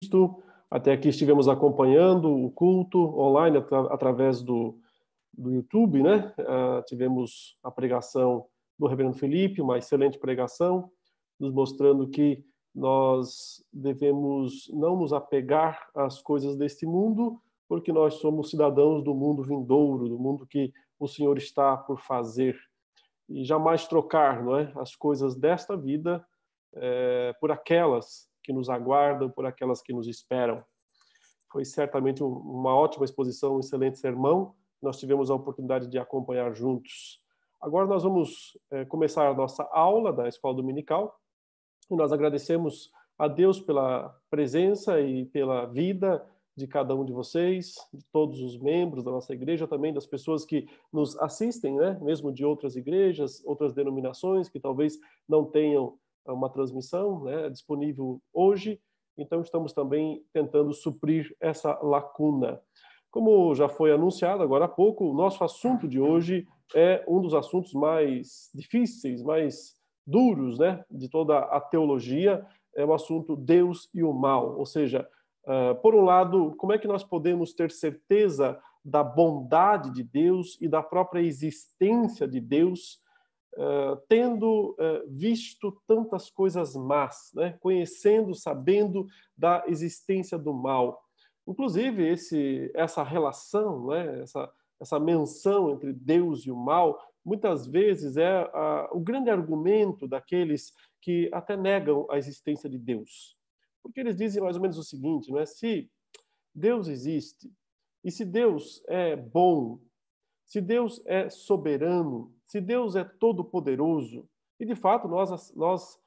Cristo. Até aqui estivemos acompanhando o culto online através do YouTube, né? Tivemos a pregação do Reverendo Felipe, uma excelente pregação, nos mostrando que nós devemos não nos apegar às coisas deste mundo, porque nós somos cidadãos do mundo vindouro, do mundo que o Senhor está por fazer. E jamais trocar, não é, as coisas desta vida por aquelas que nos aguardam, por aquelas que nos esperam. Foi certamente uma ótima exposição, um excelente sermão. Nós tivemos a oportunidade de acompanhar juntos. Agora nós vamos começar a nossa aula da Escola Dominical. E nós agradecemos a Deus pela presença e pela vida de cada um de vocês, de todos os membros da nossa igreja, também das pessoas que nos assistem, né? Mesmo de outras igrejas, outras denominações, que talvez não tenham uma transmissão, né, disponível hoje. Então, estamos também tentando suprir essa lacuna. Como já foi anunciado agora há pouco, o nosso assunto de hoje é um dos assuntos mais difíceis, mais duros, né, de toda a teologia, é o assunto Deus e o mal. Ou seja, por um lado, como é que nós podemos ter certeza da bondade de Deus e da própria existência de Deus, tendo visto tantas coisas más, né? Conhecendo, sabendo da existência do mal. Inclusive, essa relação, né? essa menção entre Deus e o mal, muitas vezes é o grande argumento daqueles que até negam a existência de Deus. Porque eles dizem mais ou menos o seguinte, não é? Se Deus existe, e se Deus é bom, se Deus é soberano, se Deus é todo-poderoso, e de fato nós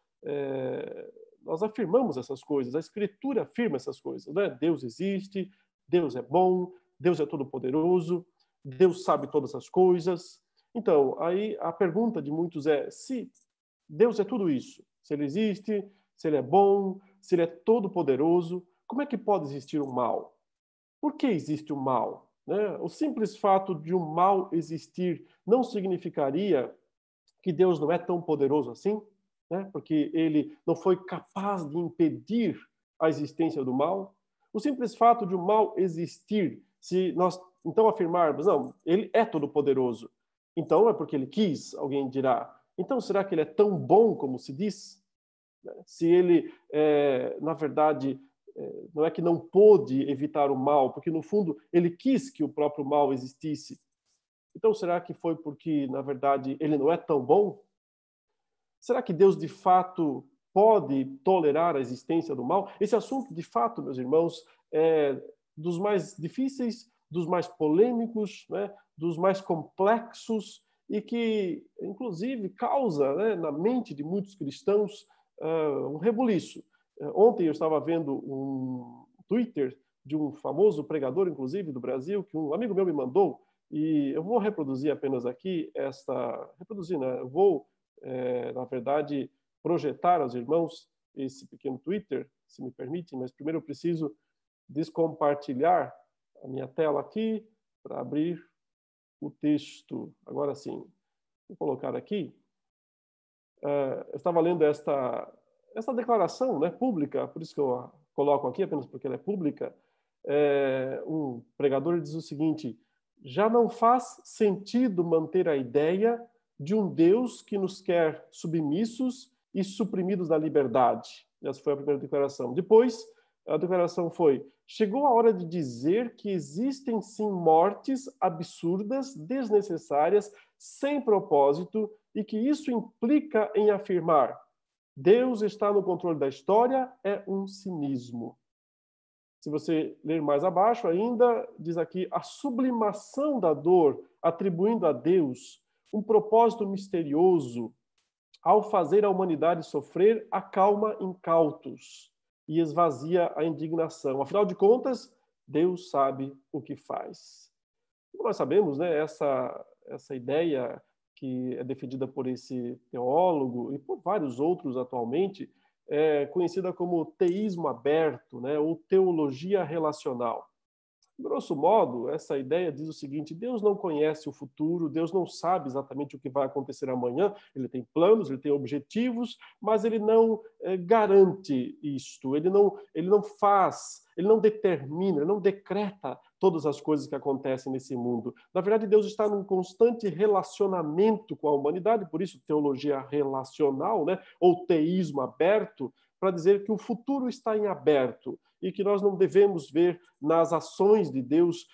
afirmamos essas coisas, a Escritura afirma essas coisas, né? Deus existe, Deus é bom, Deus é todo-poderoso, Deus sabe todas as coisas. Então, aí a pergunta de muitos é, se Deus é tudo isso, se Ele existe, se Ele é bom, se Ele é todo-poderoso, como é que pode existir o mal? Por que existe o mal? Né? O simples fato de o mal existir não significaria que Deus não é tão poderoso assim, né? Porque ele não foi capaz de impedir a existência do mal. O simples fato de o mal existir, se nós então afirmarmos, não, ele é todo poderoso, então é porque ele quis, alguém dirá. Então será que ele é tão bom como se diz? Se ele, na verdade, não é que não pôde evitar o mal, porque no fundo ele quis que o próprio mal existisse. Então será que foi porque, na verdade, ele não é tão bom? Será que Deus, de fato, pode tolerar a existência do mal? Esse assunto, de fato, meus irmãos, é dos mais difíceis, dos mais polêmicos, né, dos mais complexos e que, inclusive, causa, né, na mente de muitos cristãos um rebuliço. Ontem eu estava vendo um Twitter de um famoso pregador, inclusive, do Brasil, que um amigo meu me mandou, e eu vou reproduzir apenas aqui reproduzir, né? Eu vou na verdade, projetar aos irmãos esse pequeno Twitter, se me permitem, mas primeiro eu preciso descompartilhar a minha tela aqui para abrir o texto. Agora sim, vou colocar aqui. Eu estava lendo essa declaração, né, pública, por isso que eu a coloco aqui, apenas porque ela é pública. Um pregador diz o seguinte: já não faz sentido manter a ideia de um Deus que nos quer submissos e suprimidos da liberdade. Essa foi a primeira declaração. Depois, a declaração foi: chegou a hora de dizer que existem sim mortes absurdas, desnecessárias, sem propósito, e que isso implica em afirmar Deus está no controle da história, é um cinismo. Se você ler mais abaixo ainda, diz aqui a sublimação da dor, atribuindo a Deus um propósito misterioso, ao fazer a humanidade sofrer, acalma incautos e esvazia a indignação. Afinal de contas, Deus sabe o que faz. Como nós sabemos, né, essa ideia que é defendida por esse teólogo e por vários outros atualmente, é conhecida como teísmo aberto, né, ou teologia relacional. Grosso modo, essa ideia diz o seguinte: Deus não conhece o futuro, Deus não sabe exatamente o que vai acontecer amanhã, ele tem planos, ele tem objetivos, mas ele não garante isto, ele não faz, ele não determina, ele não decreta todas as coisas que acontecem nesse mundo. Na verdade, Deus está num constante relacionamento com a humanidade, por isso teologia relacional, né? Ou teísmo aberto, para dizer que o futuro está em aberto e que nós não devemos ver nas ações de Deus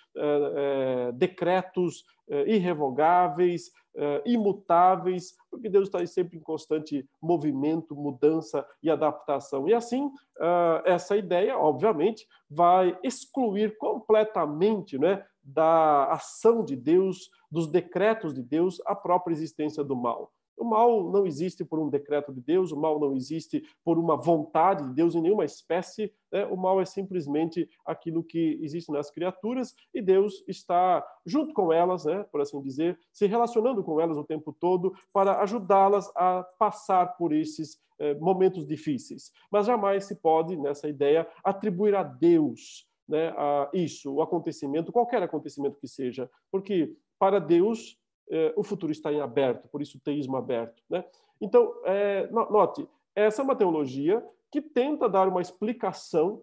decretos irrevogáveis, imutáveis, porque Deus está sempre em constante movimento, mudança e adaptação. E assim, essa ideia, obviamente, vai excluir completamente, né, da ação de Deus, dos decretos de Deus, a própria existência do mal. O mal não existe por um decreto de Deus, o mal não existe por uma vontade de Deus em nenhuma espécie, né? O mal é simplesmente aquilo que existe nas criaturas e Deus está junto com elas, né, por assim dizer, se relacionando com elas o tempo todo para ajudá-las a passar por esses momentos difíceis. Mas jamais se pode, nessa ideia, atribuir a Deus, né, a isso, o acontecimento, qualquer acontecimento que seja, porque para Deus o futuro está em aberto, por isso o teísmo aberto, né? Então, note, essa é uma teologia que tenta dar uma explicação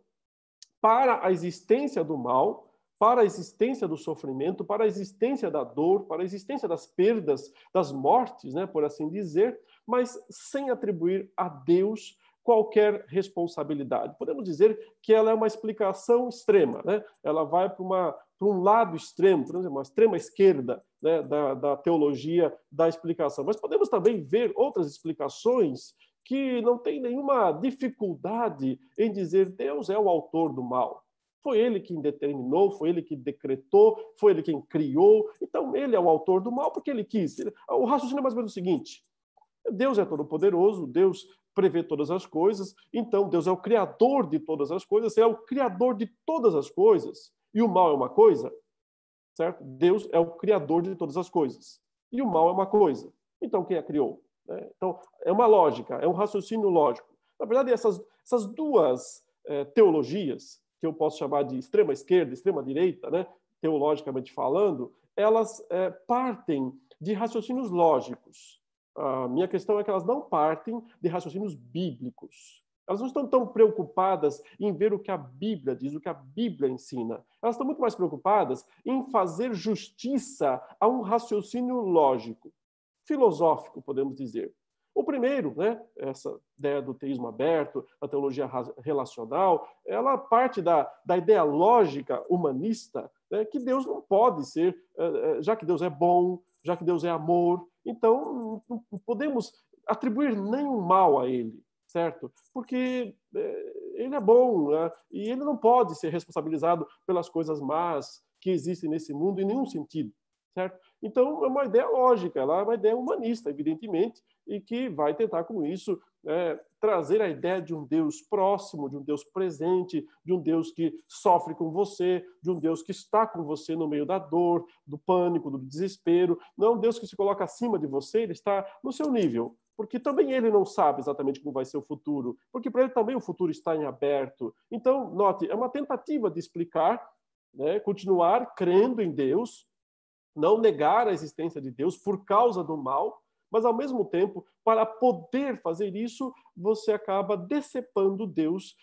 para a existência do mal, para a existência do sofrimento, para a existência da dor, para a existência das perdas, das mortes, né, por assim dizer, mas sem atribuir a Deus qualquer responsabilidade. Podemos dizer que ela é uma explicação extrema, né? Ela vai para um lado extremo, por exemplo, uma extrema esquerda, né, da teologia da explicação. Mas podemos também ver outras explicações que não tem nenhuma dificuldade em dizer Deus é o autor do mal. Foi ele quem determinou, foi ele que decretou, foi ele quem criou. Então, ele é o autor do mal porque ele quis. O raciocínio é mais ou menos o seguinte: Deus é todo-poderoso, Deus prevê todas as coisas, então Deus é o criador de todas as coisas, é o criador de todas as coisas. E o mal é uma coisa, certo? Deus é o criador de todas as coisas. E o mal é uma coisa. Então, quem a criou? Então, é uma lógica, é um raciocínio lógico. Na verdade, essas duas teologias, que eu posso chamar de extrema esquerda, extrema direita, né, teologicamente falando, elas partem de raciocínios lógicos. A minha questão é que elas não partem de raciocínios bíblicos. Elas não estão tão preocupadas em ver o que a Bíblia diz, o que a Bíblia ensina. Elas estão muito mais preocupadas em fazer justiça a um raciocínio lógico, filosófico, podemos dizer. O primeiro, né, essa ideia do teísmo aberto, da teologia relacional, ela parte da ideia lógica humanista, né, que Deus não pode ser, já que Deus é bom, já que Deus é amor, então não podemos atribuir nenhum mal a ele, certo? Porque ele é bom, né, e ele não pode ser responsabilizado pelas coisas más que existem nesse mundo em nenhum sentido, certo? Então, é uma ideia lógica, ela é uma ideia humanista, evidentemente, e que vai tentar, com isso, trazer a ideia de um Deus próximo, de um Deus presente, de um Deus que sofre com você, de um Deus que está com você no meio da dor, do pânico, do desespero. Não é um Deus que se coloca acima de você, ele está no seu nível, porque também ele não sabe exatamente como vai ser o futuro, porque para ele também o futuro está em aberto. Então, note, é uma tentativa de explicar, né, continuar crendo em Deus, não negar a existência de Deus por causa do mal, mas, ao mesmo tempo, para poder fazer isso, você acaba decepando Deus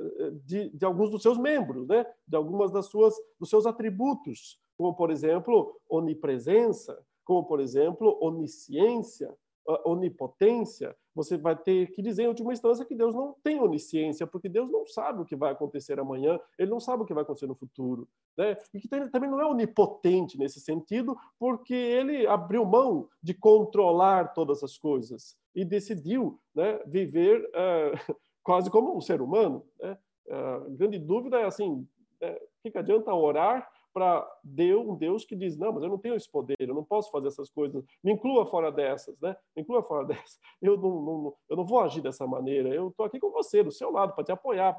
de alguns dos seus membros, né? De algumas dos seus atributos, como, por exemplo, onipresença, como, por exemplo, onisciência, onipotência. Você vai ter que dizer, em última instância, que Deus não tem onisciência, porque Deus não sabe o que vai acontecer amanhã, ele não sabe o que vai acontecer no futuro, né? E que também não é onipotente nesse sentido, porque ele abriu mão de controlar todas as coisas e decidiu, né, viver quase como um ser humano, né? A grande dúvida é assim, o que adianta orar para um Deus que diz, não, mas eu não tenho esse poder, eu não posso fazer essas coisas, me inclua fora dessas, né? Me inclua fora dessas. Eu não vou agir dessa maneira, eu estou aqui com você, do seu lado, para te apoiar.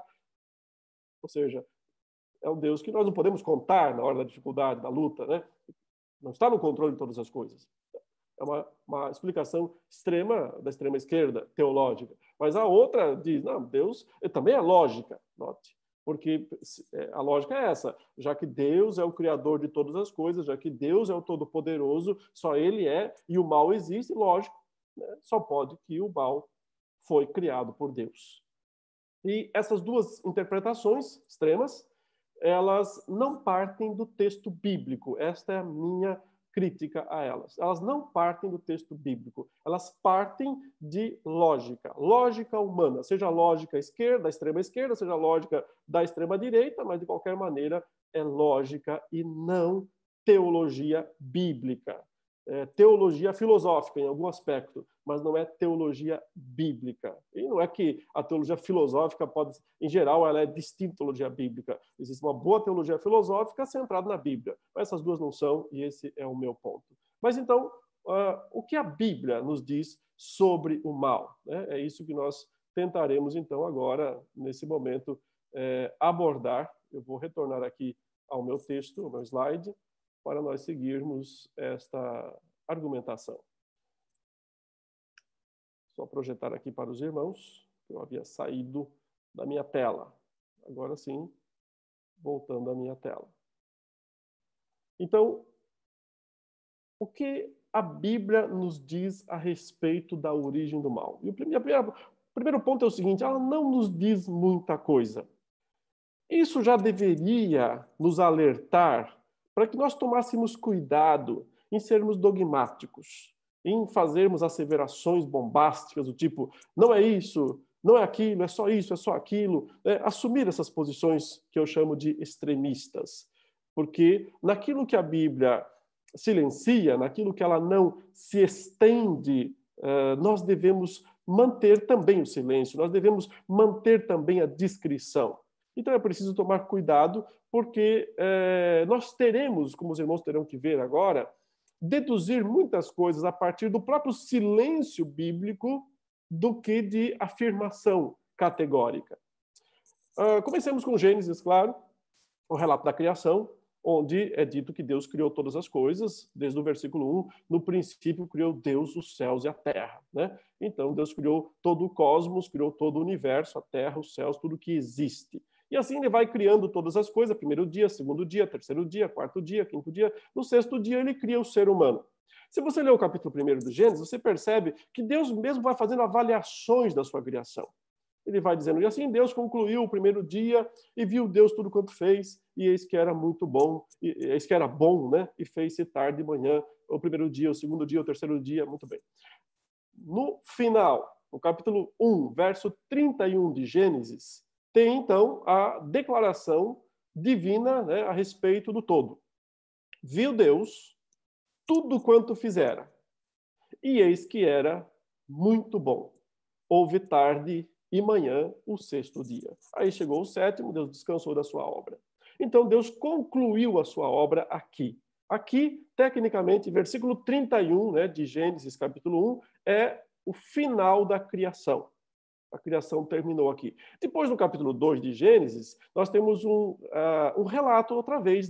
Ou seja, é um Deus que nós não podemos contar na hora da dificuldade, da luta, né? Não está no controle de todas as coisas. É uma explicação extrema, da extrema esquerda, teológica. Mas a outra diz, não, Deus também é lógica, note. Porque a lógica é essa, já que Deus é o criador de todas as coisas, já que Deus é o todo-poderoso, só Ele é, e o mal existe, lógico, né? Só pode que o mal foi criado por Deus. E essas duas interpretações extremas, elas não partem do texto bíblico. Esta é a minha crítica a elas. Elas não partem do texto bíblico. Elas partem de lógica. Lógica humana. Seja lógica esquerda, da extrema esquerda, seja lógica da extrema direita, mas de qualquer maneira é lógica e não teologia bíblica. É teologia filosófica em algum aspecto, mas não é teologia bíblica. E não é que a teologia filosófica pode, em geral, ela é distinta da teologia bíblica. Existe uma boa teologia filosófica centrada na Bíblia, mas essas duas não são, e esse é o meu ponto. Mas então, o que a Bíblia nos diz sobre o mal? Né? É isso que nós tentaremos, então, agora, nesse momento, abordar. Eu vou retornar aqui ao meu texto, ao meu slide, para nós seguirmos esta argumentação. Só projetar aqui para os irmãos, que eu havia saído da minha tela. Agora sim, voltando à minha tela. Então, o que a Bíblia nos diz a respeito da origem do mal? E o primeiro ponto é o seguinte, ela não nos diz muita coisa. Isso já deveria nos alertar para que nós tomássemos cuidado em sermos dogmáticos, em fazermos asseverações bombásticas do tipo, não é isso, não é aquilo, é só isso, é só aquilo. Assumir essas posições que eu chamo de extremistas. Porque naquilo que a Bíblia silencia, naquilo que ela não se estende, nós devemos manter também o silêncio, nós devemos manter também a discrição. Então é preciso tomar cuidado, porque nós teremos, como os irmãos terão que ver agora, deduzir muitas coisas a partir do próprio silêncio bíblico do que de afirmação categórica. Comecemos com Gênesis, claro, o relato da criação, onde é dito que Deus criou todas as coisas, desde o versículo 1, no princípio criou Deus os céus e a terra. Né? Então Deus criou todo o cosmos, criou todo o universo, a terra, os céus, tudo que existe. E assim ele vai criando todas as coisas, primeiro dia, segundo dia, terceiro dia, quarto dia, quinto dia. No sexto dia ele cria o ser humano. Se você ler o capítulo 1 do Gênesis, você percebe que Deus mesmo vai fazendo avaliações da sua criação. Ele vai dizendo, e assim Deus concluiu o primeiro dia e viu Deus tudo quanto fez, e eis que era muito bom, e eis que era bom, né? E fez-se tarde e manhã, o primeiro dia, o segundo dia, o terceiro dia, muito bem. No final, no capítulo 1, verso 31 de Gênesis, tem então a declaração divina, né, a respeito do todo. Viu Deus tudo quanto fizera, e eis que era muito bom. Houve tarde e manhã, o sexto dia. Aí chegou o sétimo, Deus descansou da sua obra. Então Deus concluiu a sua obra aqui. Aqui, tecnicamente, versículo 31, né, de Gênesis, capítulo 1, é o final da criação. A criação terminou aqui. Depois, no capítulo 2 de Gênesis, nós temos um relato, outra vez,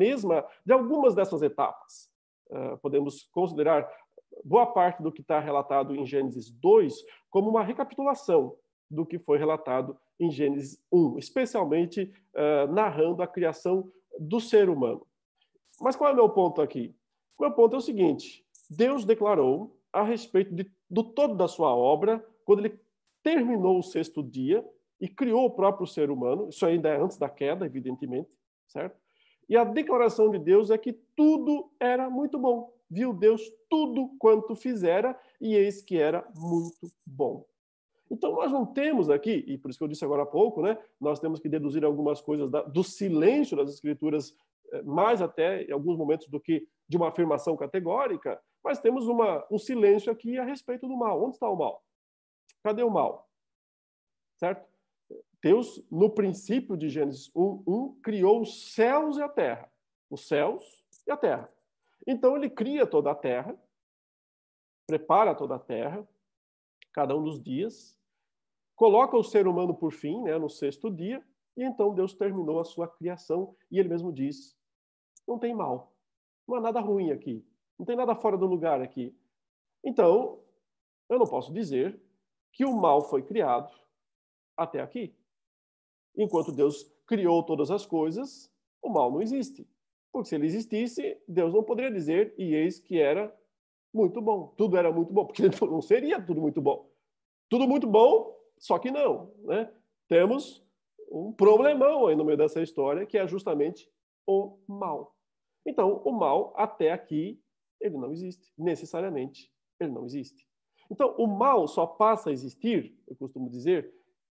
de algumas dessas etapas. Podemos considerar boa parte do que está relatado em Gênesis 2 como uma recapitulação do que foi relatado em Gênesis 1, especialmente narrando a criação do ser humano. Mas qual é o meu ponto aqui? O meu ponto é o seguinte, Deus declarou a respeito do todo da sua obra, quando ele terminou o sexto dia e criou o próprio ser humano, isso ainda é antes da queda, evidentemente, certo? E a declaração de Deus é que tudo era muito bom. Viu Deus tudo quanto fizera, e eis que era muito bom. Então, nós não temos aqui, e por isso que eu disse agora há pouco, né, nós temos que deduzir algumas coisas do silêncio das Escrituras, mais até em alguns momentos do que de uma afirmação categórica, mas temos um silêncio aqui a respeito do mal. Onde está o mal? Cadê o mal? Certo? Deus, no princípio de Gênesis 1, criou os céus e a terra. Os céus e a terra. Então, ele cria toda a terra, prepara toda a terra, cada um dos dias, coloca o ser humano por fim, né, no sexto dia, e então Deus terminou a sua criação, e ele mesmo diz, não tem mal, não há nada ruim aqui, não tem nada fora do lugar aqui. Então, eu não posso dizer que o mal foi criado até aqui, enquanto Deus criou todas as coisas, o mal não existe. Porque se ele existisse, Deus não poderia dizer, e eis que era muito bom. Tudo era muito bom, porque não seria tudo muito bom. Tudo muito bom, só que não, né? Temos um problemão aí no meio dessa história, que é justamente o mal. Então, o mal, até aqui, ele não existe. Necessariamente, ele não existe. Então, o mal só passa a existir, eu costumo dizer,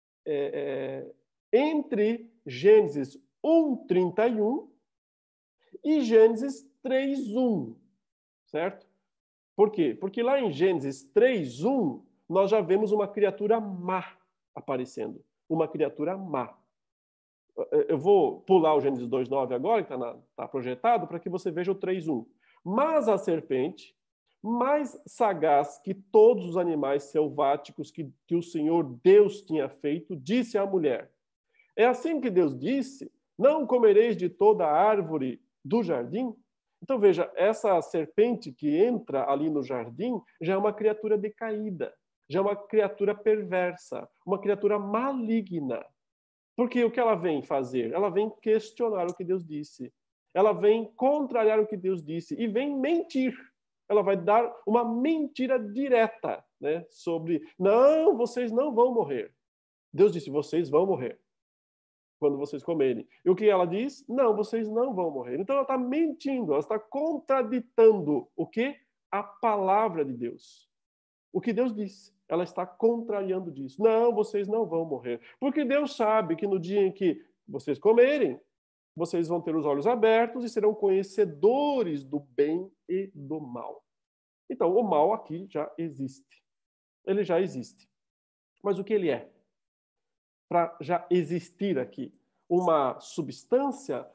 entre Gênesis 1:31 e Gênesis 3:1, certo? Por quê? Porque lá em Gênesis 3:1, nós já vemos uma criatura má aparecendo. Uma criatura má. Eu vou pular o Gênesis 2:9 agora, que está projetado, para que você veja o 3:1. Mas a serpente, mais sagaz que todos os animais selváticos que o Senhor Deus tinha feito, disse à mulher: é assim que Deus disse, não comereis de toda a árvore do jardim? Então veja, essa serpente que entra ali no jardim já é uma criatura decaída, já é uma criatura perversa, uma criatura maligna. Porque o que ela vem fazer? Ela vem questionar o que Deus disse. Ela vem contrariar o que Deus disse e vem mentir. Ela vai dar uma mentira direta, né, sobre, não, vocês não vão morrer. Deus disse, vocês vão morrer quando vocês comerem. E o que ela diz? Não, vocês não vão morrer. Então ela está mentindo, ela está contraditando o quê? A palavra de Deus. O que Deus disse. Ela está contrariando disso. Não, vocês não vão morrer. Porque Deus sabe que no dia em que vocês comerem, vocês vão ter os olhos abertos e serão conhecedores do bem e do mal. Então, o mal aqui já existe. Ele já existe. Mas o que ele é? Para já existir aqui uma substância,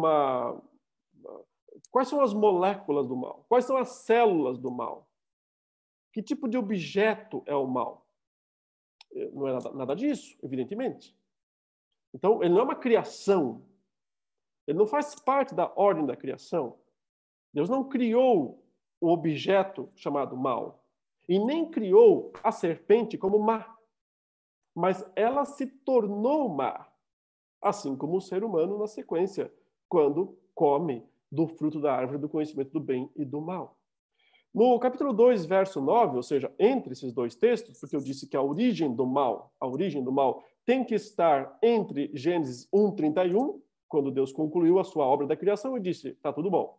Quais são as moléculas do mal? Quais são as células do mal? Que tipo de objeto é o mal? Não é nada disso, evidentemente. Então, ele não é uma criação. Ele não faz parte da ordem da criação. Deus não criou o objeto chamado mal. E nem criou a serpente como má. Mas ela se tornou má. Assim como o ser humano na sequência, quando come do fruto da árvore do conhecimento do bem e do mal. No capítulo 2, verso 9, ou seja, entre esses dois textos, porque eu disse que a origem do mal tem que estar entre Gênesis 1:31, quando Deus concluiu a sua obra da criação e disse, está tudo bom.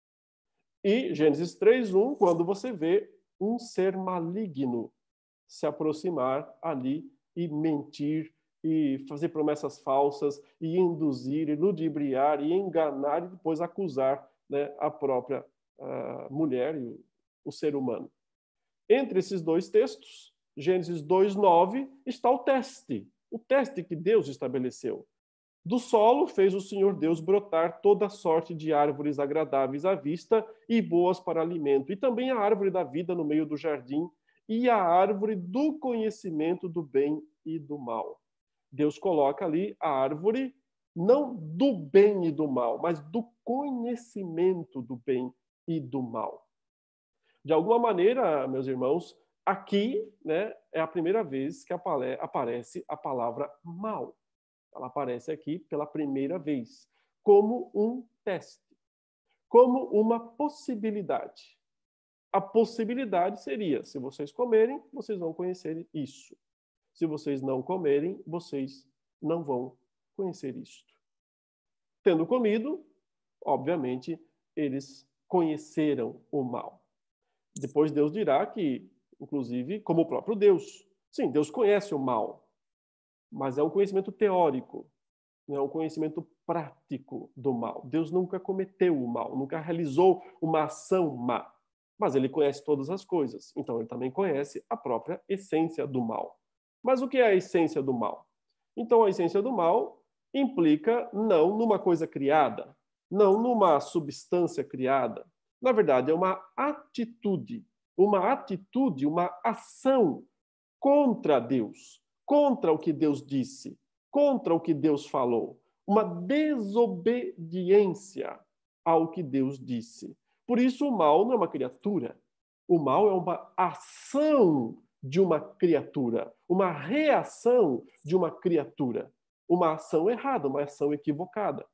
E Gênesis 3:1, quando você vê um ser maligno se aproximar ali e mentir, e fazer promessas falsas, e induzir, e ludibriar, e enganar, e depois acusar, né, a própria mulher e o ser humano. Entre esses dois textos, Gênesis 2:9, está o teste que Deus estabeleceu. Do solo fez o Senhor Deus brotar toda sorte de árvores agradáveis à vista e boas para alimento, e também a árvore da vida no meio do jardim, e a árvore do conhecimento do bem e do mal. Deus coloca ali a árvore não do bem e do mal, mas do conhecimento do bem e do mal. De alguma maneira, meus irmãos, aqui, né, é a primeira vez que aparece a palavra mal. Ela aparece aqui pela primeira vez, como um teste, como uma possibilidade. A possibilidade seria, se vocês comerem, vocês vão conhecer isso. Se vocês não comerem, vocês não vão conhecer isto. Tendo comido, obviamente, eles conheceram o mal. Depois Deus dirá que, inclusive, como o próprio Deus. Sim, Deus conhece o mal, mas é um conhecimento teórico, não é um conhecimento prático do mal. Deus nunca cometeu o mal, nunca realizou uma ação má, mas ele conhece todas as coisas. Então ele também conhece a própria essência do mal. Mas o que é a essência do mal? Então a essência do mal implica não numa coisa criada, não numa substância criada. Na verdade, é uma atitude, uma ação contra Deus, contra o que Deus disse, contra o que Deus falou, uma desobediência ao que Deus disse. Por isso, o mal não é uma criatura. O mal é uma ação de uma criatura, uma reação de uma criatura. uma ação errada, uma ação equivocada.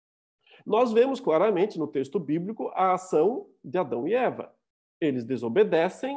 Nós vemos claramente no texto bíblico a ação de Adão e Eva. Eles desobedecem,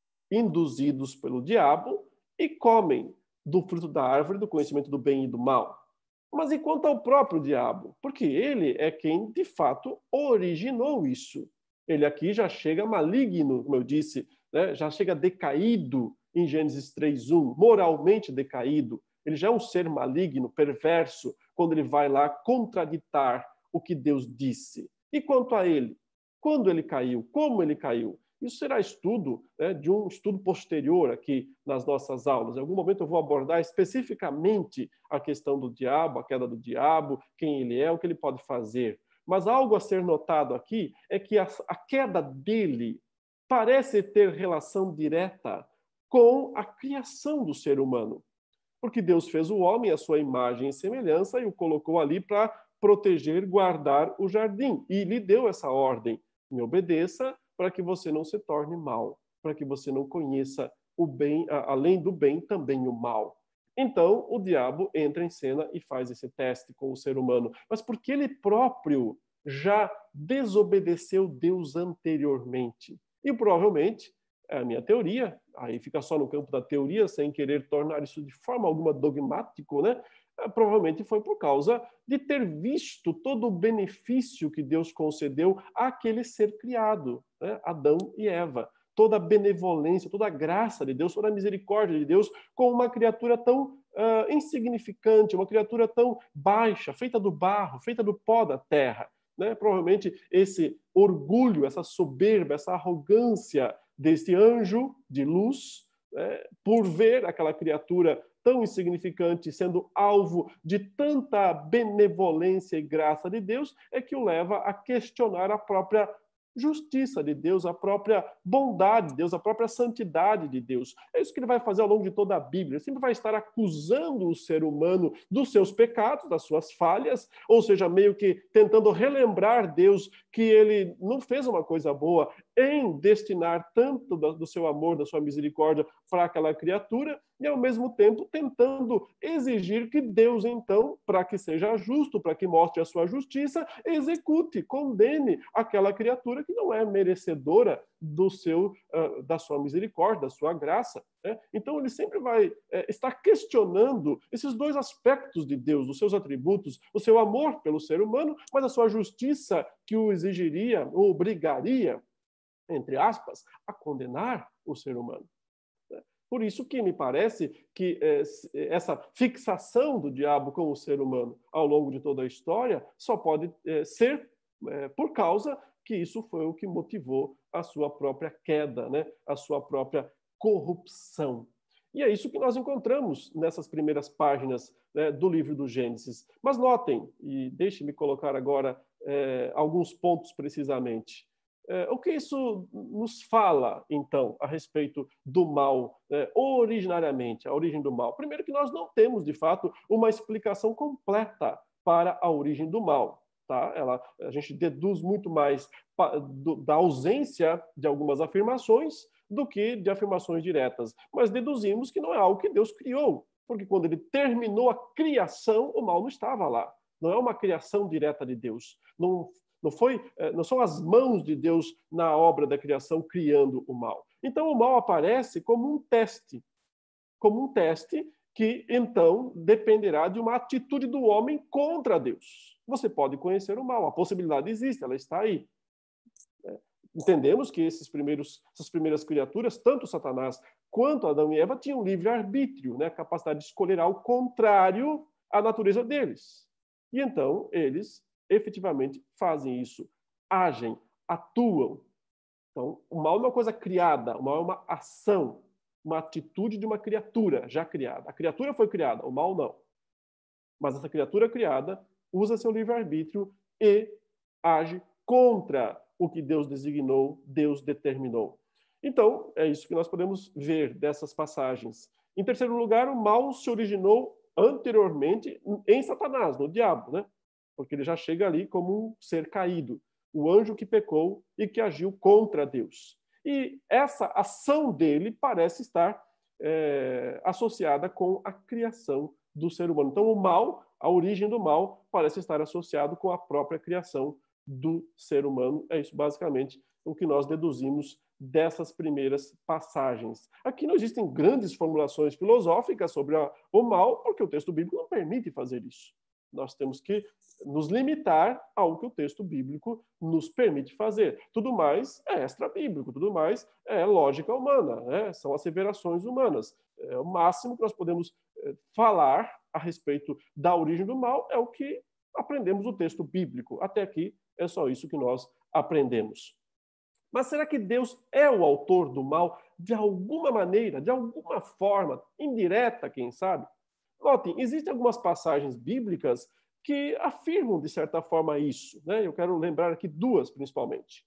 induzidos pelo diabo, e comem do fruto da árvore do conhecimento do bem e do mal. Mas e quanto ao próprio diabo? Porque ele é quem, de fato, originou isso. Ele aqui já chega maligno, como eu disse, né? Já chega decaído em Gênesis 3:1, moralmente decaído. Ele já é um ser maligno, perverso, quando ele vai lá contraditar o que Deus disse. E quanto a ele? Quando ele caiu? Como ele caiu? Isso será estudo, né, de um estudo posterior aqui nas nossas aulas. Em algum momento eu vou abordar especificamente a questão do diabo, a queda do diabo, quem ele é, o que ele pode fazer. Mas algo a ser notado aqui é que a queda dele parece ter relação direta com a criação do ser humano. Porque Deus fez o homem à sua imagem e semelhança e o colocou ali para proteger, guardar o jardim. E lhe deu essa ordem: me obedeça, para que você não se torne mal, para que você não conheça o bem, além do bem, também o mal. Então, o diabo entra em cena e faz esse teste com o ser humano. Mas porque ele próprio já desobedeceu Deus anteriormente. E provavelmente, é a minha teoria, aí fica só no campo da teoria, sem querer tornar isso de forma alguma dogmático, né? Provavelmente foi por causa de ter visto todo o benefício que Deus concedeu àquele ser criado, né? Adão e Eva. Toda a benevolência, toda a graça de Deus, toda a misericórdia de Deus com uma criatura tão insignificante, uma criatura tão baixa, feita do barro, feita do pó da terra. Né? Provavelmente esse orgulho, essa soberba, essa arrogância deste anjo de luz, né? Por ver aquela criatura tão insignificante, sendo alvo de tanta benevolência e graça de Deus, é que o leva a questionar a própria justiça de Deus, a própria bondade de Deus, a própria santidade de Deus. É isso que ele vai fazer ao longo de toda a Bíblia. Ele sempre vai estar acusando o ser humano dos seus pecados, das suas falhas, ou seja, meio que tentando relembrar Deus que ele não fez uma coisa boa em destinar tanto do seu amor, da sua misericórdia para aquela criatura, e ao mesmo tempo tentando exigir que Deus, então, para que seja justo, para que mostre a sua justiça, execute, condene aquela criatura que não é merecedora da sua misericórdia, da sua graça. Né? Então, ele sempre vai estar questionando esses dois aspectos de Deus, os seus atributos, o seu amor pelo ser humano, mas a sua justiça que o exigiria, ou obrigaria, entre aspas, a condenar o ser humano. Por isso que me parece que essa fixação do diabo com o ser humano ao longo de toda a história só pode ser por causa que isso foi o que motivou a sua própria queda, né? A sua própria corrupção. E é isso que nós encontramos nessas primeiras páginas, né, do livro do Gênesis. Mas notem, e deixe-me colocar agora alguns pontos precisamente. O que isso nos fala, então, a respeito do mal, originariamente, a origem do mal? Primeiro que nós não temos, de fato, uma explicação completa para a origem do mal. Tá? A gente deduz muito mais da ausência de algumas afirmações do que de afirmações diretas. Mas deduzimos que não é algo que Deus criou, porque quando ele terminou a criação, o mal não estava lá. Não é uma criação direta de Deus. Não são as mãos de Deus na obra da criação criando o mal. Então, o mal aparece como um teste que, então, dependerá de uma atitude do homem contra Deus. Você pode conhecer o mal, a possibilidade existe, ela está aí. Entendemos que essas primeiras criaturas, tanto Satanás quanto Adão e Eva, tinham livre-arbítrio, né? A capacidade de escolher ao contrário à natureza deles. E então, eles efetivamente fazem isso, agem, atuam. Então, o mal não é uma coisa criada, o mal é uma ação, uma atitude de uma criatura já criada. A criatura foi criada, o mal não. Mas essa criatura criada usa seu livre-arbítrio e age contra o que Deus designou, Deus determinou. Então, é isso que nós podemos ver dessas passagens. Em terceiro lugar, o mal se originou anteriormente em Satanás, no diabo, né? Porque ele já chega ali como um ser caído, o anjo que pecou e que agiu contra Deus. E essa ação dele parece estar associada com a criação do ser humano. Então, o mal, a origem do mal, parece estar associado com a própria criação do ser humano. É isso, basicamente, o que nós deduzimos dessas primeiras passagens. Aqui não existem grandes formulações filosóficas sobre o mal, porque o texto bíblico não permite fazer isso. Nós temos que nos limitar ao que o texto bíblico nos permite fazer. Tudo mais é extra-bíblico, tudo mais é lógica humana, né? São asseverações humanas. O máximo que nós podemos falar a respeito da origem do mal é o que aprendemos no texto bíblico. Até aqui é só isso que nós aprendemos. Mas será que Deus é o autor do mal de alguma maneira, de alguma forma, indireta, quem sabe? Notem, existem algumas passagens bíblicas que afirmam, de certa forma, isso, né? Eu quero lembrar aqui duas, principalmente.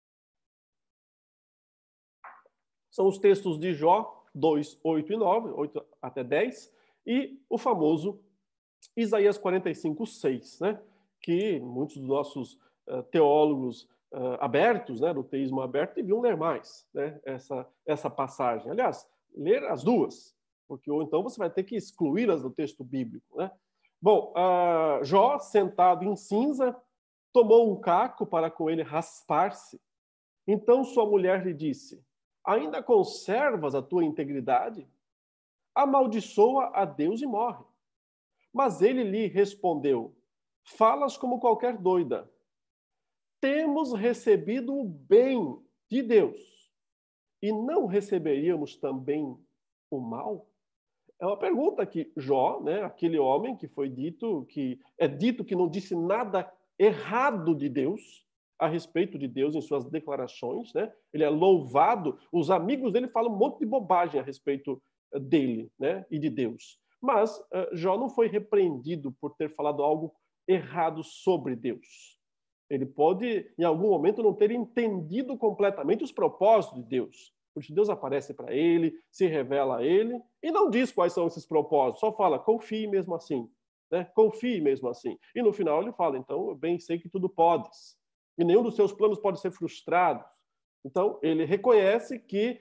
São os textos de Jó 2, 8 e 9, 8 até 10, e o famoso Isaías 45, 6, né? Que muitos dos nossos teólogos abertos, né, do teísmo aberto, deviam ler mais, né, essa passagem. Aliás, ler as duas, porque ou então você vai ter que excluí-las do texto bíblico, né? Bom, Jó, sentado em cinza, tomou um caco para com ele raspar-se. Então sua mulher lhe disse: ainda conservas a tua integridade? Amaldiçoa a Deus e morre. Mas ele lhe respondeu: falas como qualquer doida. Temos recebido o bem de Deus e não receberíamos também o mal? É uma pergunta que Jó, né, aquele homem que foi dito que não disse nada errado de Deus, a respeito de Deus em suas declarações, né? Ele é louvado, os amigos dele falam um monte de bobagem a respeito dele, né, e de Deus. Mas Jó não foi repreendido por ter falado algo errado sobre Deus. Ele pode, em algum momento, não ter entendido completamente os propósitos de Deus. Porque Deus aparece para ele, se revela a ele, e não diz quais são esses propósitos, só fala, confie mesmo assim. Né? Confie mesmo assim. E no final ele fala, então, eu bem sei que tudo podes. E nenhum dos seus planos pode ser frustrado. Então, ele reconhece que,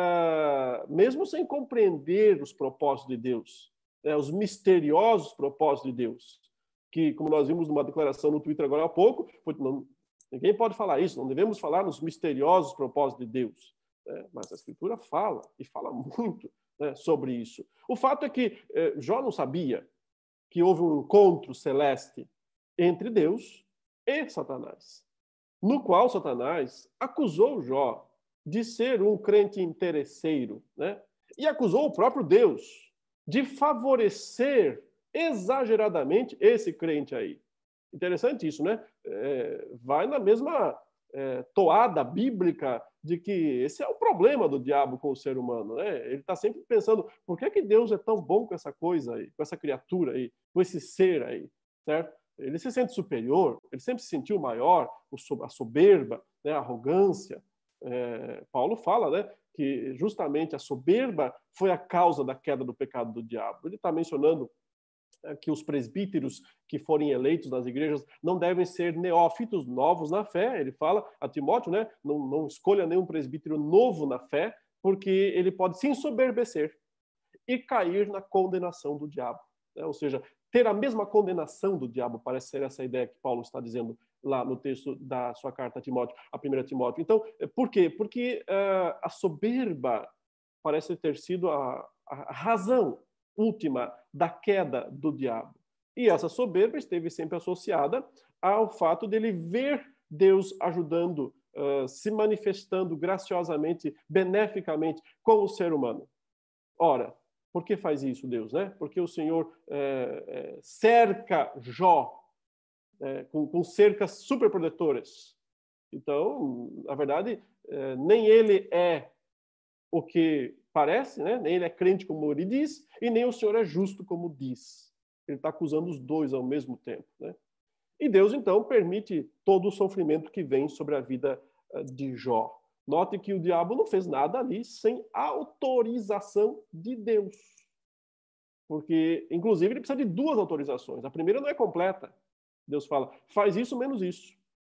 mesmo sem compreender os propósitos de Deus, os misteriosos propósitos de Deus, que, como nós vimos numa declaração no Twitter agora há pouco, ninguém pode falar isso, não devemos falar nos misteriosos propósitos de Deus. Mas a Escritura fala, e fala muito, né, sobre isso. O fato é que Jó não sabia que houve um encontro celeste entre Deus e Satanás, no qual Satanás acusou Jó de ser um crente interesseiro, né? E acusou o próprio Deus de favorecer exageradamente esse crente aí. Interessante isso, né? Vai na mesma toada bíblica de que esse é o problema do diabo com o ser humano, né? Ele está sempre pensando, por que Deus é tão bom com essa coisa aí, com essa criatura aí, com esse ser aí, certo? Ele se sente superior, ele sempre se sentiu maior, a soberba, né, a arrogância. Paulo fala, né, que justamente a soberba foi a causa da queda do pecado do diabo. Ele está mencionando que os presbíteros que forem eleitos nas igrejas não devem ser neófitos, novos na fé. Ele fala a Timóteo, né, não escolha nenhum presbítero novo na fé, porque ele pode se ensoberbecer e cair na condenação do diabo. Né? Ou seja, ter a mesma condenação do diabo, parece ser essa ideia que Paulo está dizendo lá no texto da sua carta a Timóteo, a 1 Timóteo. Então, por quê? Porque a soberba parece ter sido a razão última da queda do diabo. E essa soberba esteve sempre associada ao fato dele ver Deus ajudando, se manifestando graciosamente, beneficamente com o ser humano. Ora, por que faz isso Deus, né? Porque o Senhor cerca Jó com cercas superprotetoras. Então, na verdade, nem ele é o que parece, né? Nem ele é crente como ele diz, e nem o Senhor é justo como diz. Ele está acusando os dois ao mesmo tempo, né? E Deus, então, permite todo o sofrimento que vem sobre a vida de Jó. Note que o diabo não fez nada ali sem autorização de Deus. Porque, inclusive, ele precisa de duas autorizações. A primeira não é completa. Deus fala, faz isso menos isso.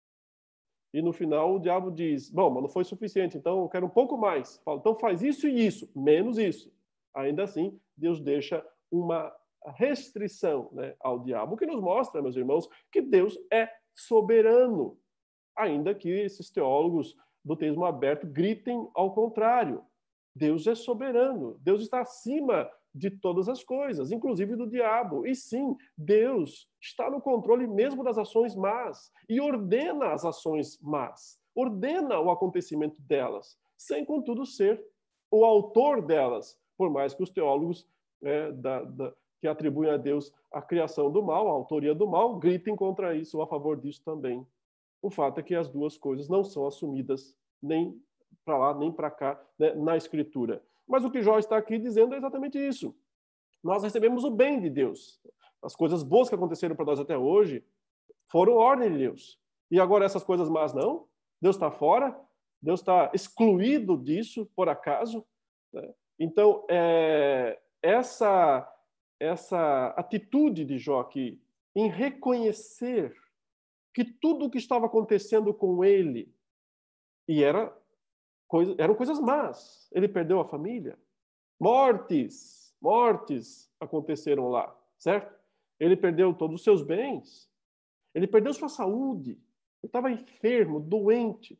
E no final o diabo diz, bom, mas não foi suficiente, então eu quero um pouco mais. Fala, então faz isso e isso, menos isso. Ainda assim, Deus deixa uma restrição, né, ao diabo, o que nos mostra, meus irmãos, que Deus é soberano, ainda que esses teólogos do teísmo aberto gritem ao contrário. Deus é soberano, Deus está acima de todas as coisas, inclusive do diabo. E sim, Deus está no controle mesmo das ações más e ordena as ações más, ordena o acontecimento delas, sem, contudo, ser o autor delas, por mais que os teólogos que atribuem a Deus a criação do mal, a autoria do mal, gritem contra isso ou a favor disso também. O fato é que as duas coisas não são assumidas nem para lá, nem para cá, né, na Escritura. Mas o que Jó está aqui dizendo é exatamente isso. Nós recebemos o bem de Deus. As coisas boas que aconteceram para nós até hoje foram ordem de Deus. E agora essas coisas más não? Deus está fora? Deus está excluído disso, por acaso? Então, essa atitude de Jó aqui, em reconhecer que tudo o que estava acontecendo com ele, e eram coisas más. Ele perdeu a família. Mortes aconteceram lá, certo? Ele perdeu todos os seus bens. Ele perdeu sua saúde. Ele estava enfermo, doente.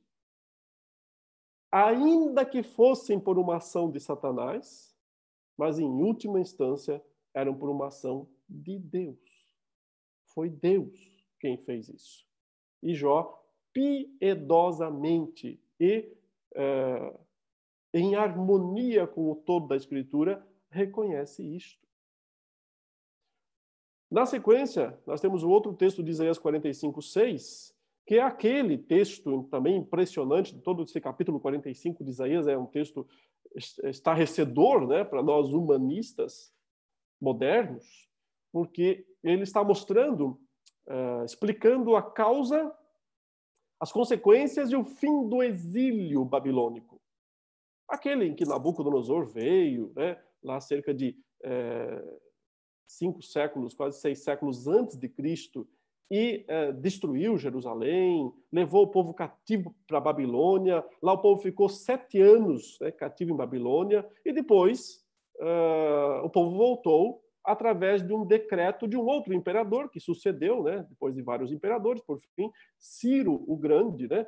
Ainda que fossem por uma ação de Satanás, mas em última instância eram por uma ação de Deus. Foi Deus quem fez isso. E Jó, piedosamente e em harmonia com o todo da Escritura, reconhece isto. Na sequência, nós temos o outro texto de Isaías 45:6, que é aquele texto também impressionante, todo esse capítulo 45 de Isaías é um texto estarrecedor, né, para nós humanistas modernos, porque ele está mostrando, explicando a causa, as consequências e o fim do exílio babilônico. Aquele em que Nabucodonosor veio, né, lá cerca de 5 séculos, quase 6 séculos antes de Cristo, e destruiu Jerusalém, levou o povo cativo para a Babilônia. Lá o povo ficou 7 anos, né, cativo em Babilônia, e depois o povo voltou através de um decreto de um outro imperador que sucedeu, né, depois de vários imperadores, por fim, Ciro o Grande, né,